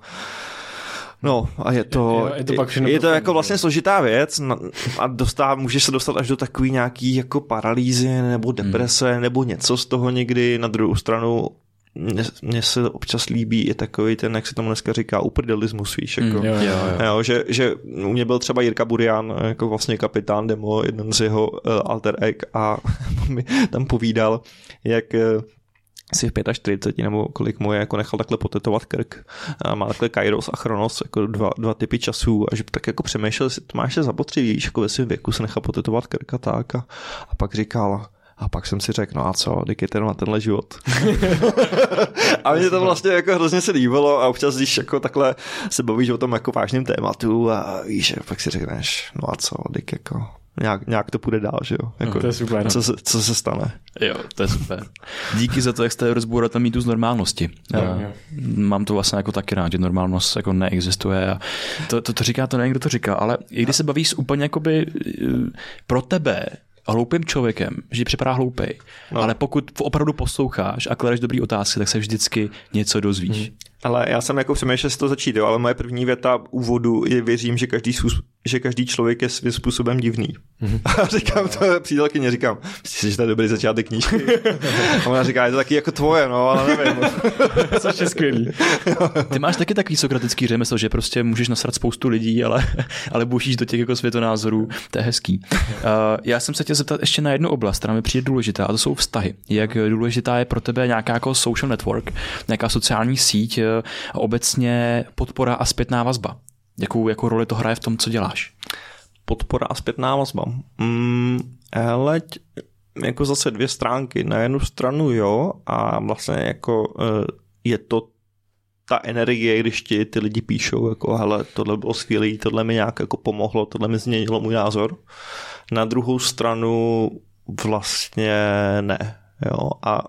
no a je to, je, je to, pak je, je to jako vlastně složitá věc a dostá, můžeš se dostat až do takový nějaký jako paralýzy nebo deprese hmm. nebo něco z toho někdy. Na druhou stranu mně se občas líbí i takový ten, jak se tomu dneska říká, uprdelismus, víš, jako, mm, jo, jo, jo. Jo, že, že u mě byl třeba Jirka Burian, jako vlastně kapitán Demo, jeden z jeho uh, alter egg a mi tam povídal, jak uh, si v čtyřicet pět nebo kolik mu je, jako nechal takhle potetovat krk a má takhle Kairos a Chronos, jako dva, dva typy časů a že tak jako přemýšlel, si to máš se zapotřebí, víš, jako ve svém věku se nechal potetovat krk a tak a, a pak říkal, a pak jsem si řekl, no a co, teď je ten na tenhle život. A mě to vlastně jako hrozně se líbilo a občas, když jako takhle se bavíš o tom jako vážným tématu a víš, pak si řekneš, no a co, teď jako nějak, nějak to půjde dál, že jo. Jako, no, to je super. Co se, co se stane. Jo, to je super. Díky za to, jak jste rozboural ten mýtus normálnosti. Jo, jo. Mám to vlastně jako taky rád, že normálnost jako neexistuje. A to, to, to říká, to nevím, kdo to říká, ale i když se bavíš úplně jakoby pro tebe hloupým člověkem, že ti připadá hloupej, no. Ale pokud opravdu posloucháš a kladeš dobrý otázky, tak se vždycky něco dozvíš. Hmm. Ale já jsem jako přemýšlel si to začít, jo, ale moje první věta úvodu je věřím, že každý, že každý člověk je svým způsobem divný. Mm-hmm. A říkám to přítelkyně, říkám, myslíš si, že to je dobrý začátek knížky? A ona říká, je to taky jako tvoje, no, ale nevím. Což je skvělý. Ty máš taky takový sokratický řemeslo, že prostě můžeš nasrat spoustu lidí, ale, ale bušíš do těch jako světonázorů, to je hezký. Uh, já jsem se chtěl zeptat ještě na jednu oblast, která mi přijde důležitá, a to jsou vztahy. Jak důležitá je pro tebe nějaká jako social network, nějaká sociální síť, a obecně podpora a zpětná vazba. Jakou jako roli to hraje v tom, co děláš? Podpora a zpětná vazba. Mm, hele, jako zase dvě stránky. Na jednu stranu jo a vlastně jako je to ta energie, když ti ty lidi píšou, jako hele, tohle bylo skvělý, tohle mi nějak jako pomohlo, tohle mi změnilo můj názor. Na druhou stranu vlastně ne. Jo. A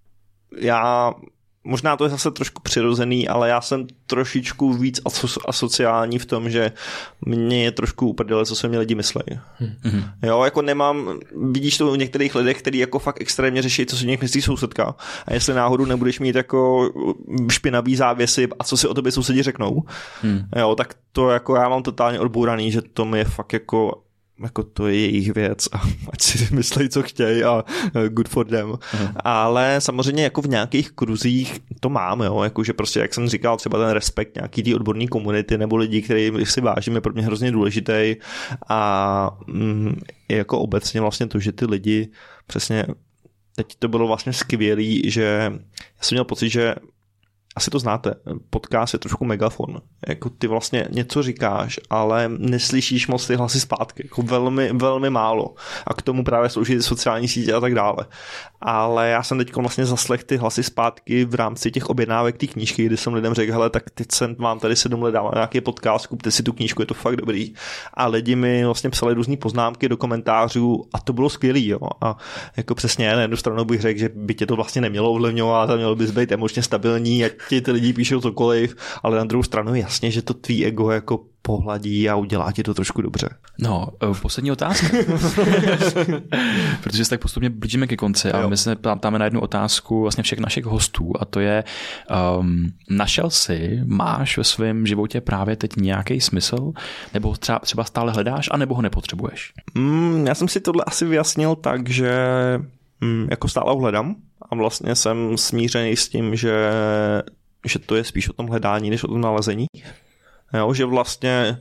já možná to je zase trošku přirozený, ale já jsem trošičku víc aso- asociální v tom, že mě je trošku uprdele, co se mě lidi myslejí. Mm-hmm. Jo, jako nemám, vidíš to u některých lidech, kteří jako fakt extrémně řeší, co si něk myslí sousedka. A jestli náhodou nebudeš mít jako špinavý závěsy a co si o tobě sousedi řeknou, mm. jo, tak to jako já mám totálně odbouraný, že to mi je fakt jako jako to je jejich věc a ať si myslej, co chtějí a good for them. Uh-huh. Ale samozřejmě jako v nějakých kruzích to máme, jo, jakože prostě, jak jsem říkal, třeba ten respekt nějaký té odborné komunity nebo lidí, který si vážíme, pro mě hrozně důležitý a mm, jako obecně vlastně to, že ty lidi přesně, teď to bylo vlastně skvělý, že já jsem měl pocit, že asi to znáte, podcast je trošku megafon. Jako ty vlastně něco říkáš, ale neslyšíš moc ty hlasy zpátky. Jako velmi, velmi málo. A k tomu právě slouží ty sociální sítě a tak dále. Ale já jsem teď vlastně zaslech ty hlasy zpátky v rámci těch objednávek té knížky, kdy jsem lidem řekl, hele, tak teď jsem vám tady sedm let dával nějaký podcast, kupte si tu knížku, je to fakt dobrý. A lidi mi vlastně psali různý poznámky do komentářů a to bylo skvělý, jo. A jako přesně na jednu stranu bych řekl, že by tě to vlastně nemělo ovlivňovat a mělo bys být emočně stabilní, ať ti ty lidi píšou cokoliv, ale na druhou stranu jasně, že to tvý ego jako pohladí a udělá ti to trošku dobře. No, poslední otázka. Protože se tak postupně blížíme ke konci a jo. My se ptáme na jednu otázku vlastně všech našich hostů a to je, um, našel jsi, máš ve svém životě právě teď nějaký smysl, nebo třeba, třeba stále hledáš, anebo ho nepotřebuješ? Mm, já jsem si tohle asi vyjasnil tak, že mm, jako stále ho hledám a vlastně jsem smířený s tím, že, že to je spíš o tom hledání, než o tom nalezení. Jo, že vlastně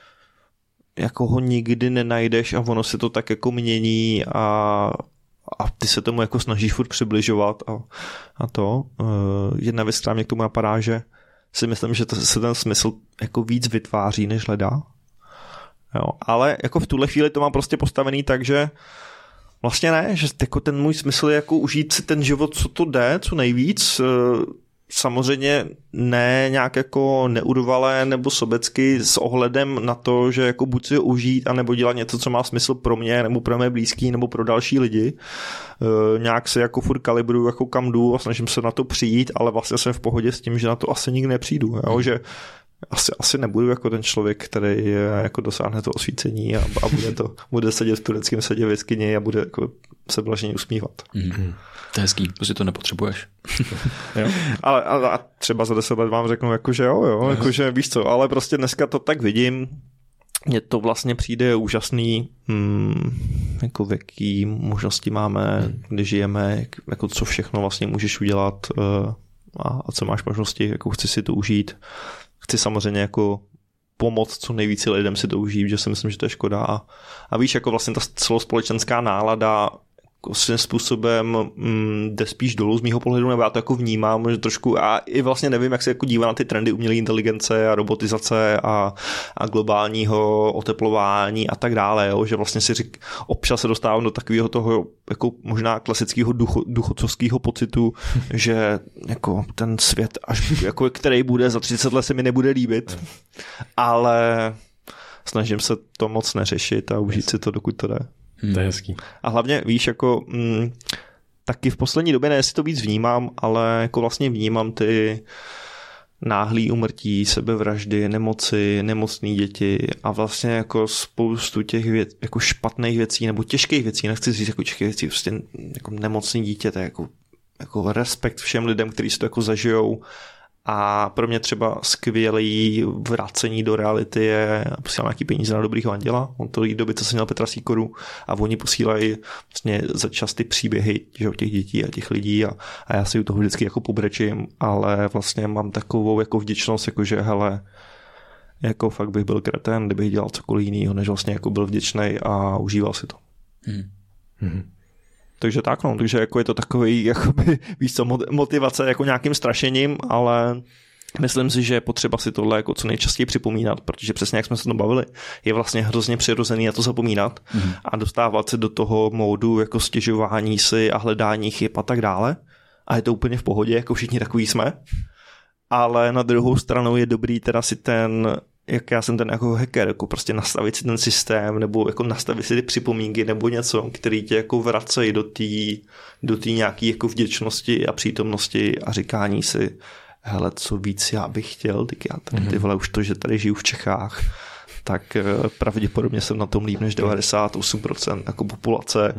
jako ho nikdy nenajdeš a ono se to tak jako mění a, a ty se tomu jako snažíš furt přibližovat a, a to. Uh, jedna věc, která mě k tomu napadá, že si myslím, že to se ten smysl jako víc vytváří, než hledá. Jo, ale jako v tuhle chvíli to mám prostě postavený tak, že vlastně ne, že jako ten můj smysl je jako užít si ten život, co to jde, co nejvíc. Samozřejmě ne nějak jako neurvalé nebo sobecky s ohledem na to, že jako buď si ho užít, anebo dělat něco, co má smysl pro mě, nebo pro mé blízký, nebo pro další lidi. E, nějak se jako furt kalibruju, jako kam jdu a snažím se na to přijít, ale vlastně jsem v pohodě s tím, že na to asi nikdy nepřijdu. Jo? Že asi, asi nebudu jako ten člověk, který jako dosáhne to osvícení a, a bude, to, bude sedět v tureckém sedě v jeskyni a bude jako se blaženě usmívat. Mm-hmm. To je hezký, prostě to nepotřebuješ. Jo. Ale, ale a třeba za deset let vám řeknu, jako, že jo, jo, jako, že víš co, ale prostě dneska to tak vidím, mně to vlastně přijde úžasný, hmm, jako v jaký možnosti máme, když žijeme, jako co všechno vlastně můžeš udělat a, a co máš možnosti, jako chci si to užít. Chci samozřejmě jako pomoct co nejvíce lidem si to užít, že si myslím, že to je škoda. A, a víš, jako vlastně ta celospolečenská nálada jako svým způsobem mm, jde spíš dolů z mýho pohledu, nebo já to jako vnímám, že trošku, a i vlastně nevím, jak se jako dívá na ty trendy umělé inteligence a robotizace a, a globálního oteplování a tak dále, jo? Že vlastně si řík, občas se dostávám do takového toho jako možná klasického ducho, duchocovského pocitu, že jako ten svět, až jako který bude za třicet let, se mi nebude líbit, ale snažím se to moc neřešit a užít si to, dokud to jde. Hmm. To je hezký. A hlavně, víš, jako mm, taky v poslední době, ne, jestli to víc vnímám, ale jako vlastně vnímám ty náhlý úmrtí, sebevraždy, nemoci, nemocný děti a vlastně jako spoustu těch věc, jako špatných věcí nebo těžkých věcí, nechci říct jako těžkých věcí, prostě jako nemocný dítě, to je jako, jako respekt všem lidem, kteří si to jako zažijou. A pro mě třeba skvělý vracení do reality je posílám nějaký peníze na Dobrýho anděla. On to jí doby, co jsem měl Petra Sýkoru, a oni posílají vlastně za čas ty příběhy že, těch dětí a těch lidí a, a já si u toho vždycky jako pobrečím, ale vlastně mám takovou jako vděčnost, jako že hele, jako fakt bych byl kretén, kdybych dělal cokoliv jiného, než vlastně jako byl vděčnej a užíval si to. Hmm. Hmm. Takže tak, no, takže jako je to takový, jakoby, víš co, motivace jako nějakým strašením, ale myslím si, že je potřeba si tohle jako co nejčastěji připomínat, protože přesně jak jsme se to bavili, je vlastně hrozně přirozený na to zapomínat mm. a dostávat se do toho módu jako stěžování si a hledání chyb a tak dále. A je to úplně v pohodě, jako všichni takový jsme. Ale na druhou stranu je dobrý teda si ten, jak já jsem ten jako hacker, jako prostě nastavit si ten systém nebo jako nastavit si ty připomínky nebo něco, který tě jako vracejí do té do té nějaké jako vděčnosti a přítomnosti a říkání si, hele, co víc já bych chtěl, tak já tady ty vole už to, že tady žiju v Čechách, tak pravděpodobně jsem na tom líp než devadesát osm procent jako populace.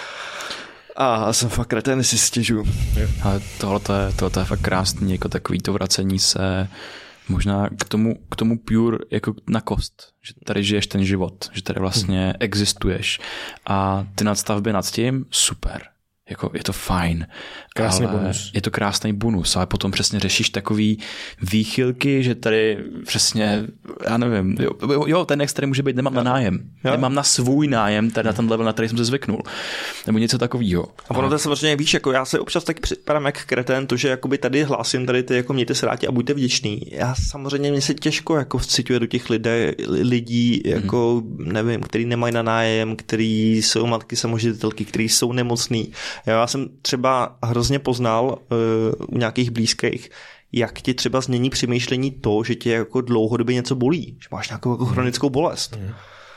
A jsem fakt kretén, si stěžuju. Ale tohle je, tohle je fakt krásný, jako takový to vracení se možná k tomu, k tomu pure jako na kost, že tady žiješ ten život, že tady vlastně hmm. existuješ a ty nadstavby nad tím, super. Jako je to fajn. Krásný ale bonus. Je to krásný bonus, ale potom přesně řešíš takový výchylky, že tady přesně, já nevím, jo, jo ten next tady může být, nemám na nájem. Jo. Nemám na svůj nájem, tady na ten level, na který jsem se zvyknul. Nebo něco takového. A ono to samozřejmě víš, jako já se občas tak připadám jak kretén, to, že jakoby tady hlásím tady ty, jako mějte se rádi a buďte vděční. Já samozřejmě mě se těžko jako vciťuje do těch lidé, lidí, jako mm. nevím, který nemají na nájem, který jsou matky samoživitelky, který jsou nemocný. Já jsem třeba hrozně poznal uh, u nějakých blízkých, jak ti třeba změní přemýšlení to, že tě jako dlouhodobě něco bolí, že máš nějakou jako chronickou bolest. Mm.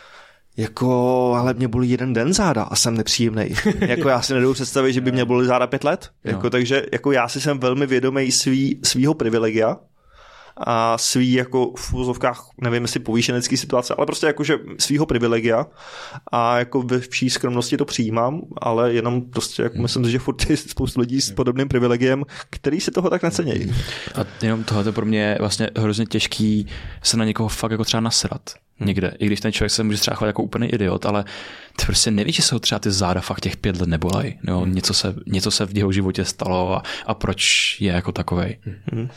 Jako, ale mě bolí jeden den záda a jsem nepříjemnej. Jako já si nedovedu představit, že by mě bolí záda pět let. Jako, takže jako já si jsem velmi vědomý svý, svýho privilegia a svý jako v úzovkách, nevím jestli povýšenecký situace, ale prostě jakože svýho privilegia a jako ve vší skromnosti to přijímám, ale jenom prostě jako myslím si, že furt je spoustu lidí s podobným privilegiem, který si toho tak necenějí. A jenom tohle pro mě je vlastně hrozně těžký se na někoho fakt jako třeba nasrat. Někde, i když ten člověk se může třeba chovat jako úplný idiot, ale ty prostě nevíš, že se ho třeba ty záda fakt těch pět let nebolej. No, něco, se, něco se v jeho životě stalo a, a proč je jako takovej. Hmm.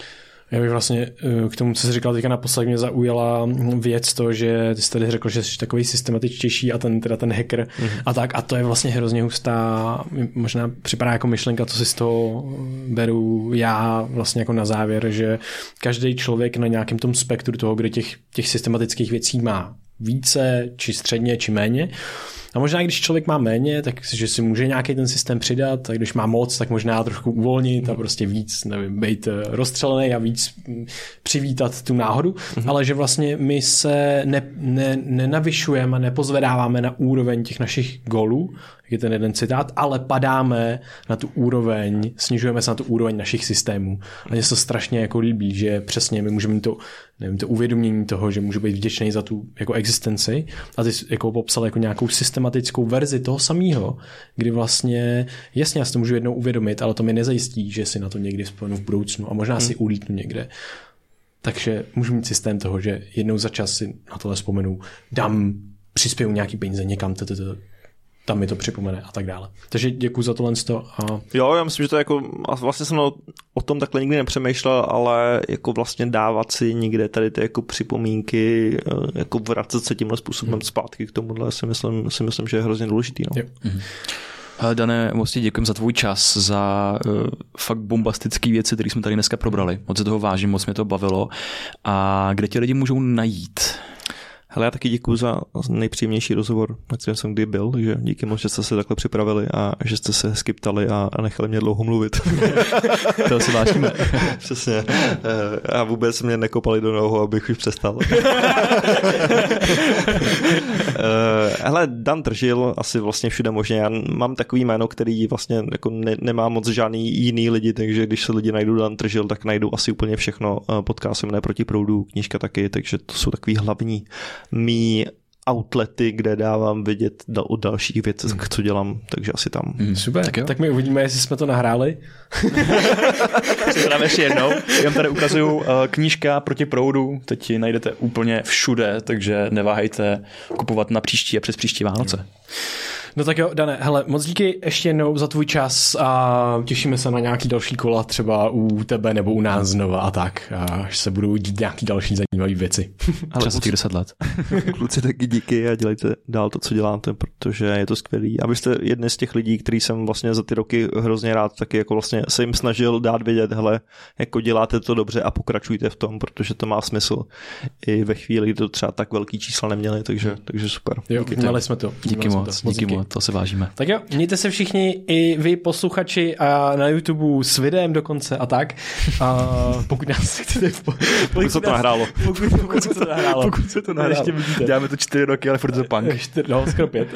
Já bych vlastně k tomu, co jsi říkal teďka naposled, mě zaujala věc to, že ty jsi tady řekl, že jsi takový systematičtější a ten, teda ten hacker mm-hmm. a tak. A to je vlastně hrozně hustá, možná připadá jako myšlenka, co si z toho beru já vlastně jako na závěr, že každý člověk na nějakém tom spektru toho, kde těch, těch systematických věcí má více, či středně, či méně. A možná, když člověk má méně, tak že si může nějaký ten systém přidat, a když má moc, tak možná trošku uvolnit a prostě víc, nevím, být rozstřelený a víc přivítat tu náhodu, mm-hmm. ale že vlastně my se ne, ne, nenavyšujeme, nepozvedáváme na úroveň těch našich golů, jak je ten jeden citát, ale padáme na tu úroveň, snižujeme se na tu úroveň našich systémů. A mně se to strašně jako líbí, že přesně my můžeme mít to, nevím, to uvědomění toho, že můžu být vděčný za tu jako existenci a ty jako popsal jako nějakou systematickou verzi toho samého, kdy vlastně, jasně, já si to můžu jednou uvědomit, ale to mi nezajistí, že si na to někdy vzpomenu v budoucnu a možná hmm. si ulítnu někde. Takže můžu mít systém toho, že jednou za čas si na tohle vzpomenu, dám, přispěju nějaký peníze někam, t, tam mi to připomene a tak dále. Takže děkuji za tohle. A... Jo, já myslím, že to je jako, vlastně jsem o tom takhle nikdy nepřemýšlel, ale jako vlastně dávat si někde tady ty jako připomínky, jako vracet se tímhle způsobem hmm. zpátky k tomuhle, si myslím, si myslím, že je hrozně důležitý. No. Hmm. Dane, moc ti děkujem za tvůj čas, za uh, fakt bombastické věci, které jsme tady dneska probrali. Moc se toho vážím, moc mě to bavilo. A kde tě lidi můžou najít? Hele, já taky děkuju za nejpříjemnější rozhovor, na kterém jsem kdy byl, takže díky moc, že jste se takhle připravili a že jste se hezky ptali a, a nechali mě dlouho mluvit. To si vážíme. Přesně. A vůbec mě nekopali do nohu, abych už přestal. Hele, Dan Tržil asi vlastně všude možně. Já mám takový jméno, který vlastně jako ne, nemá moc žádný jiný lidi, takže když se lidi najdou Dan Tržil, tak najdou asi úplně všechno. Podcast se jmenuje Proti proudu, knížka taky, takže to jsou takový hlavní mý outlety, kde dávám vidět o dalších věcech, mm. co dělám, takže asi tam. Mm, super, tak, tak my uvidíme, jestli jsme to nahráli. Předám ještě jednou. Já vám tady ukazuju uh, knížka Proti proudu, teď ji najdete úplně všude, takže neváhejte kupovat na příští a přes příští Vánoce. Mm. No tak jo, Dane, hele, moc díky ještě jednou za tvůj čas a těšíme se na nějaký další kola třeba u tebe nebo u nás znova a tak, až se budou dít nějaký další zajímavé věci. Ale za těch deset let. Kluci, taky díky a dělejte dál to, co děláte, protože je to skvělý. A vy jste jedni z těch lidí, který jsem vlastně za ty roky hrozně rád taky jako vlastně se jim snažil dát vědět, hele, jako děláte to dobře a pokračujte v tom, protože to má smysl i ve chvíli, kdy to třeba tak velký čísla neměli, takže, takže super. Jo, díky měli jsme to. Díky moc, to. díky moc. To se vážíme. Tak jo, mějte se všichni, i vy posluchači a na YouTube s videem dokonce a tak. A pokud nás chcete... Pokud, pokud se to nahrálo. Pokud, pokud se to nahrálo. Pokud se to nahrálo. Děláme to čtyři roky, ale furt to punk. Čtyři, no, skoro pět.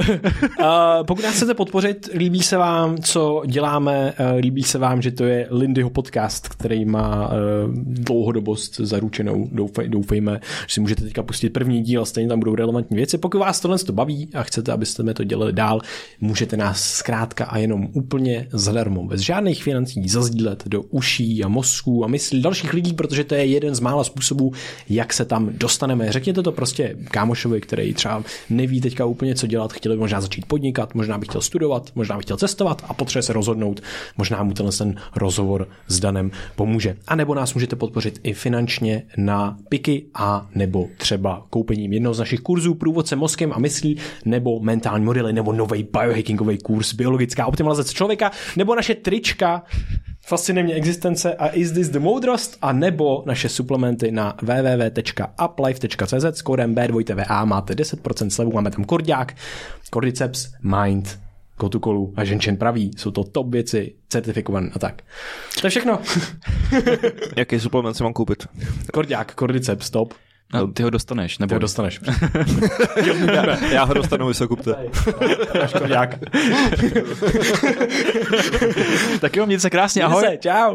A pokud nás chcete podpořit, líbí se vám, co děláme, líbí se vám, že to je Lindyho podcast, který má dlouhodobost zaručenou, doufej, doufejme, že si můžete teďka pustit první díl, stejně tam budou relevantní věci. Pokud vás tohle to baví a chcete, abyste mi to dělali dál, můžete nás zkrátka a jenom úplně zadarmo, bez žádných financí zazdílet do uší a mozků a myslí dalších lidí, protože to je jeden z mála způsobů, jak se tam dostaneme. Řekněte to prostě kámošovi, který třeba neví teďka úplně, co dělat, chtěl by možná začít podnikat, možná by chtěl studovat, možná by chtěl cestovat a potřebuje se rozhodnout, možná mu tenhle ten rozhovor s Danem pomůže. A nebo nás můžete podpořit i finančně na Piky a nebo třeba koupením jednoho z našich kurzů Průvodce mozkem a myslí, nebo mentální modely, nebo nový biohackingový kurz Biologická optimalizace člověka, nebo naše trička Fascinuje mě existence a Is This the Moudrost, a nebo naše suplementy na w w w tečka uplife tečka c z s kódem B dva V A máte deset procent slevu, máme tam kordiák, kordyceps, mind, kotukolu a ženčen pravý, jsou to top věci, certifikované a tak. To je všechno. Jaký suplement si mám koupit? Kordiák, kordyceps, top. No, ty ho dostaneš, nebo... Ty ho dostaneš. já, já ho dostanu, vy se kupte. Náš kordiák. Tak jo, mějte se krásně, ahoj. Se, čau.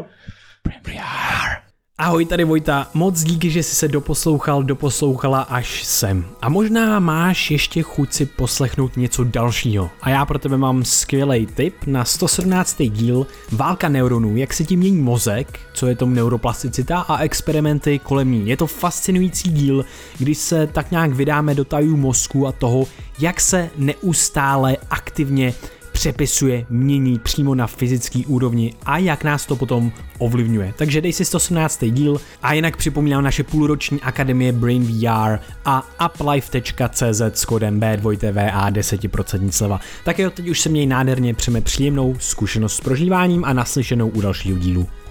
Ahoj, tady Vojta, moc díky, že jsi se doposlouchal, doposlouchala až sem. A možná máš ještě chuť si poslechnout něco dalšího. A já pro tebe mám skvělej tip na sto sedmnáctý díl Válka neuronů, jak se tím mění mozek, co je tom neuroplasticita a experimenty kolem ní. Je to fascinující díl, když se tak nějak vydáme do tajů mozku a toho, jak se neustále aktivně přepisuje, mění přímo na fyzický úrovni a jak nás to potom ovlivňuje. Takže dej si sto osmnáctý díl a jinak připomínám naše půlroční akademie Brain V R a uplife tečka cé zet s kódem B dva V A deset procent sleva. Tak jo, teď už se měj nádherně, přejeme příjemnou zkušenost s prožíváním a naslyšenou u dalšího dílu.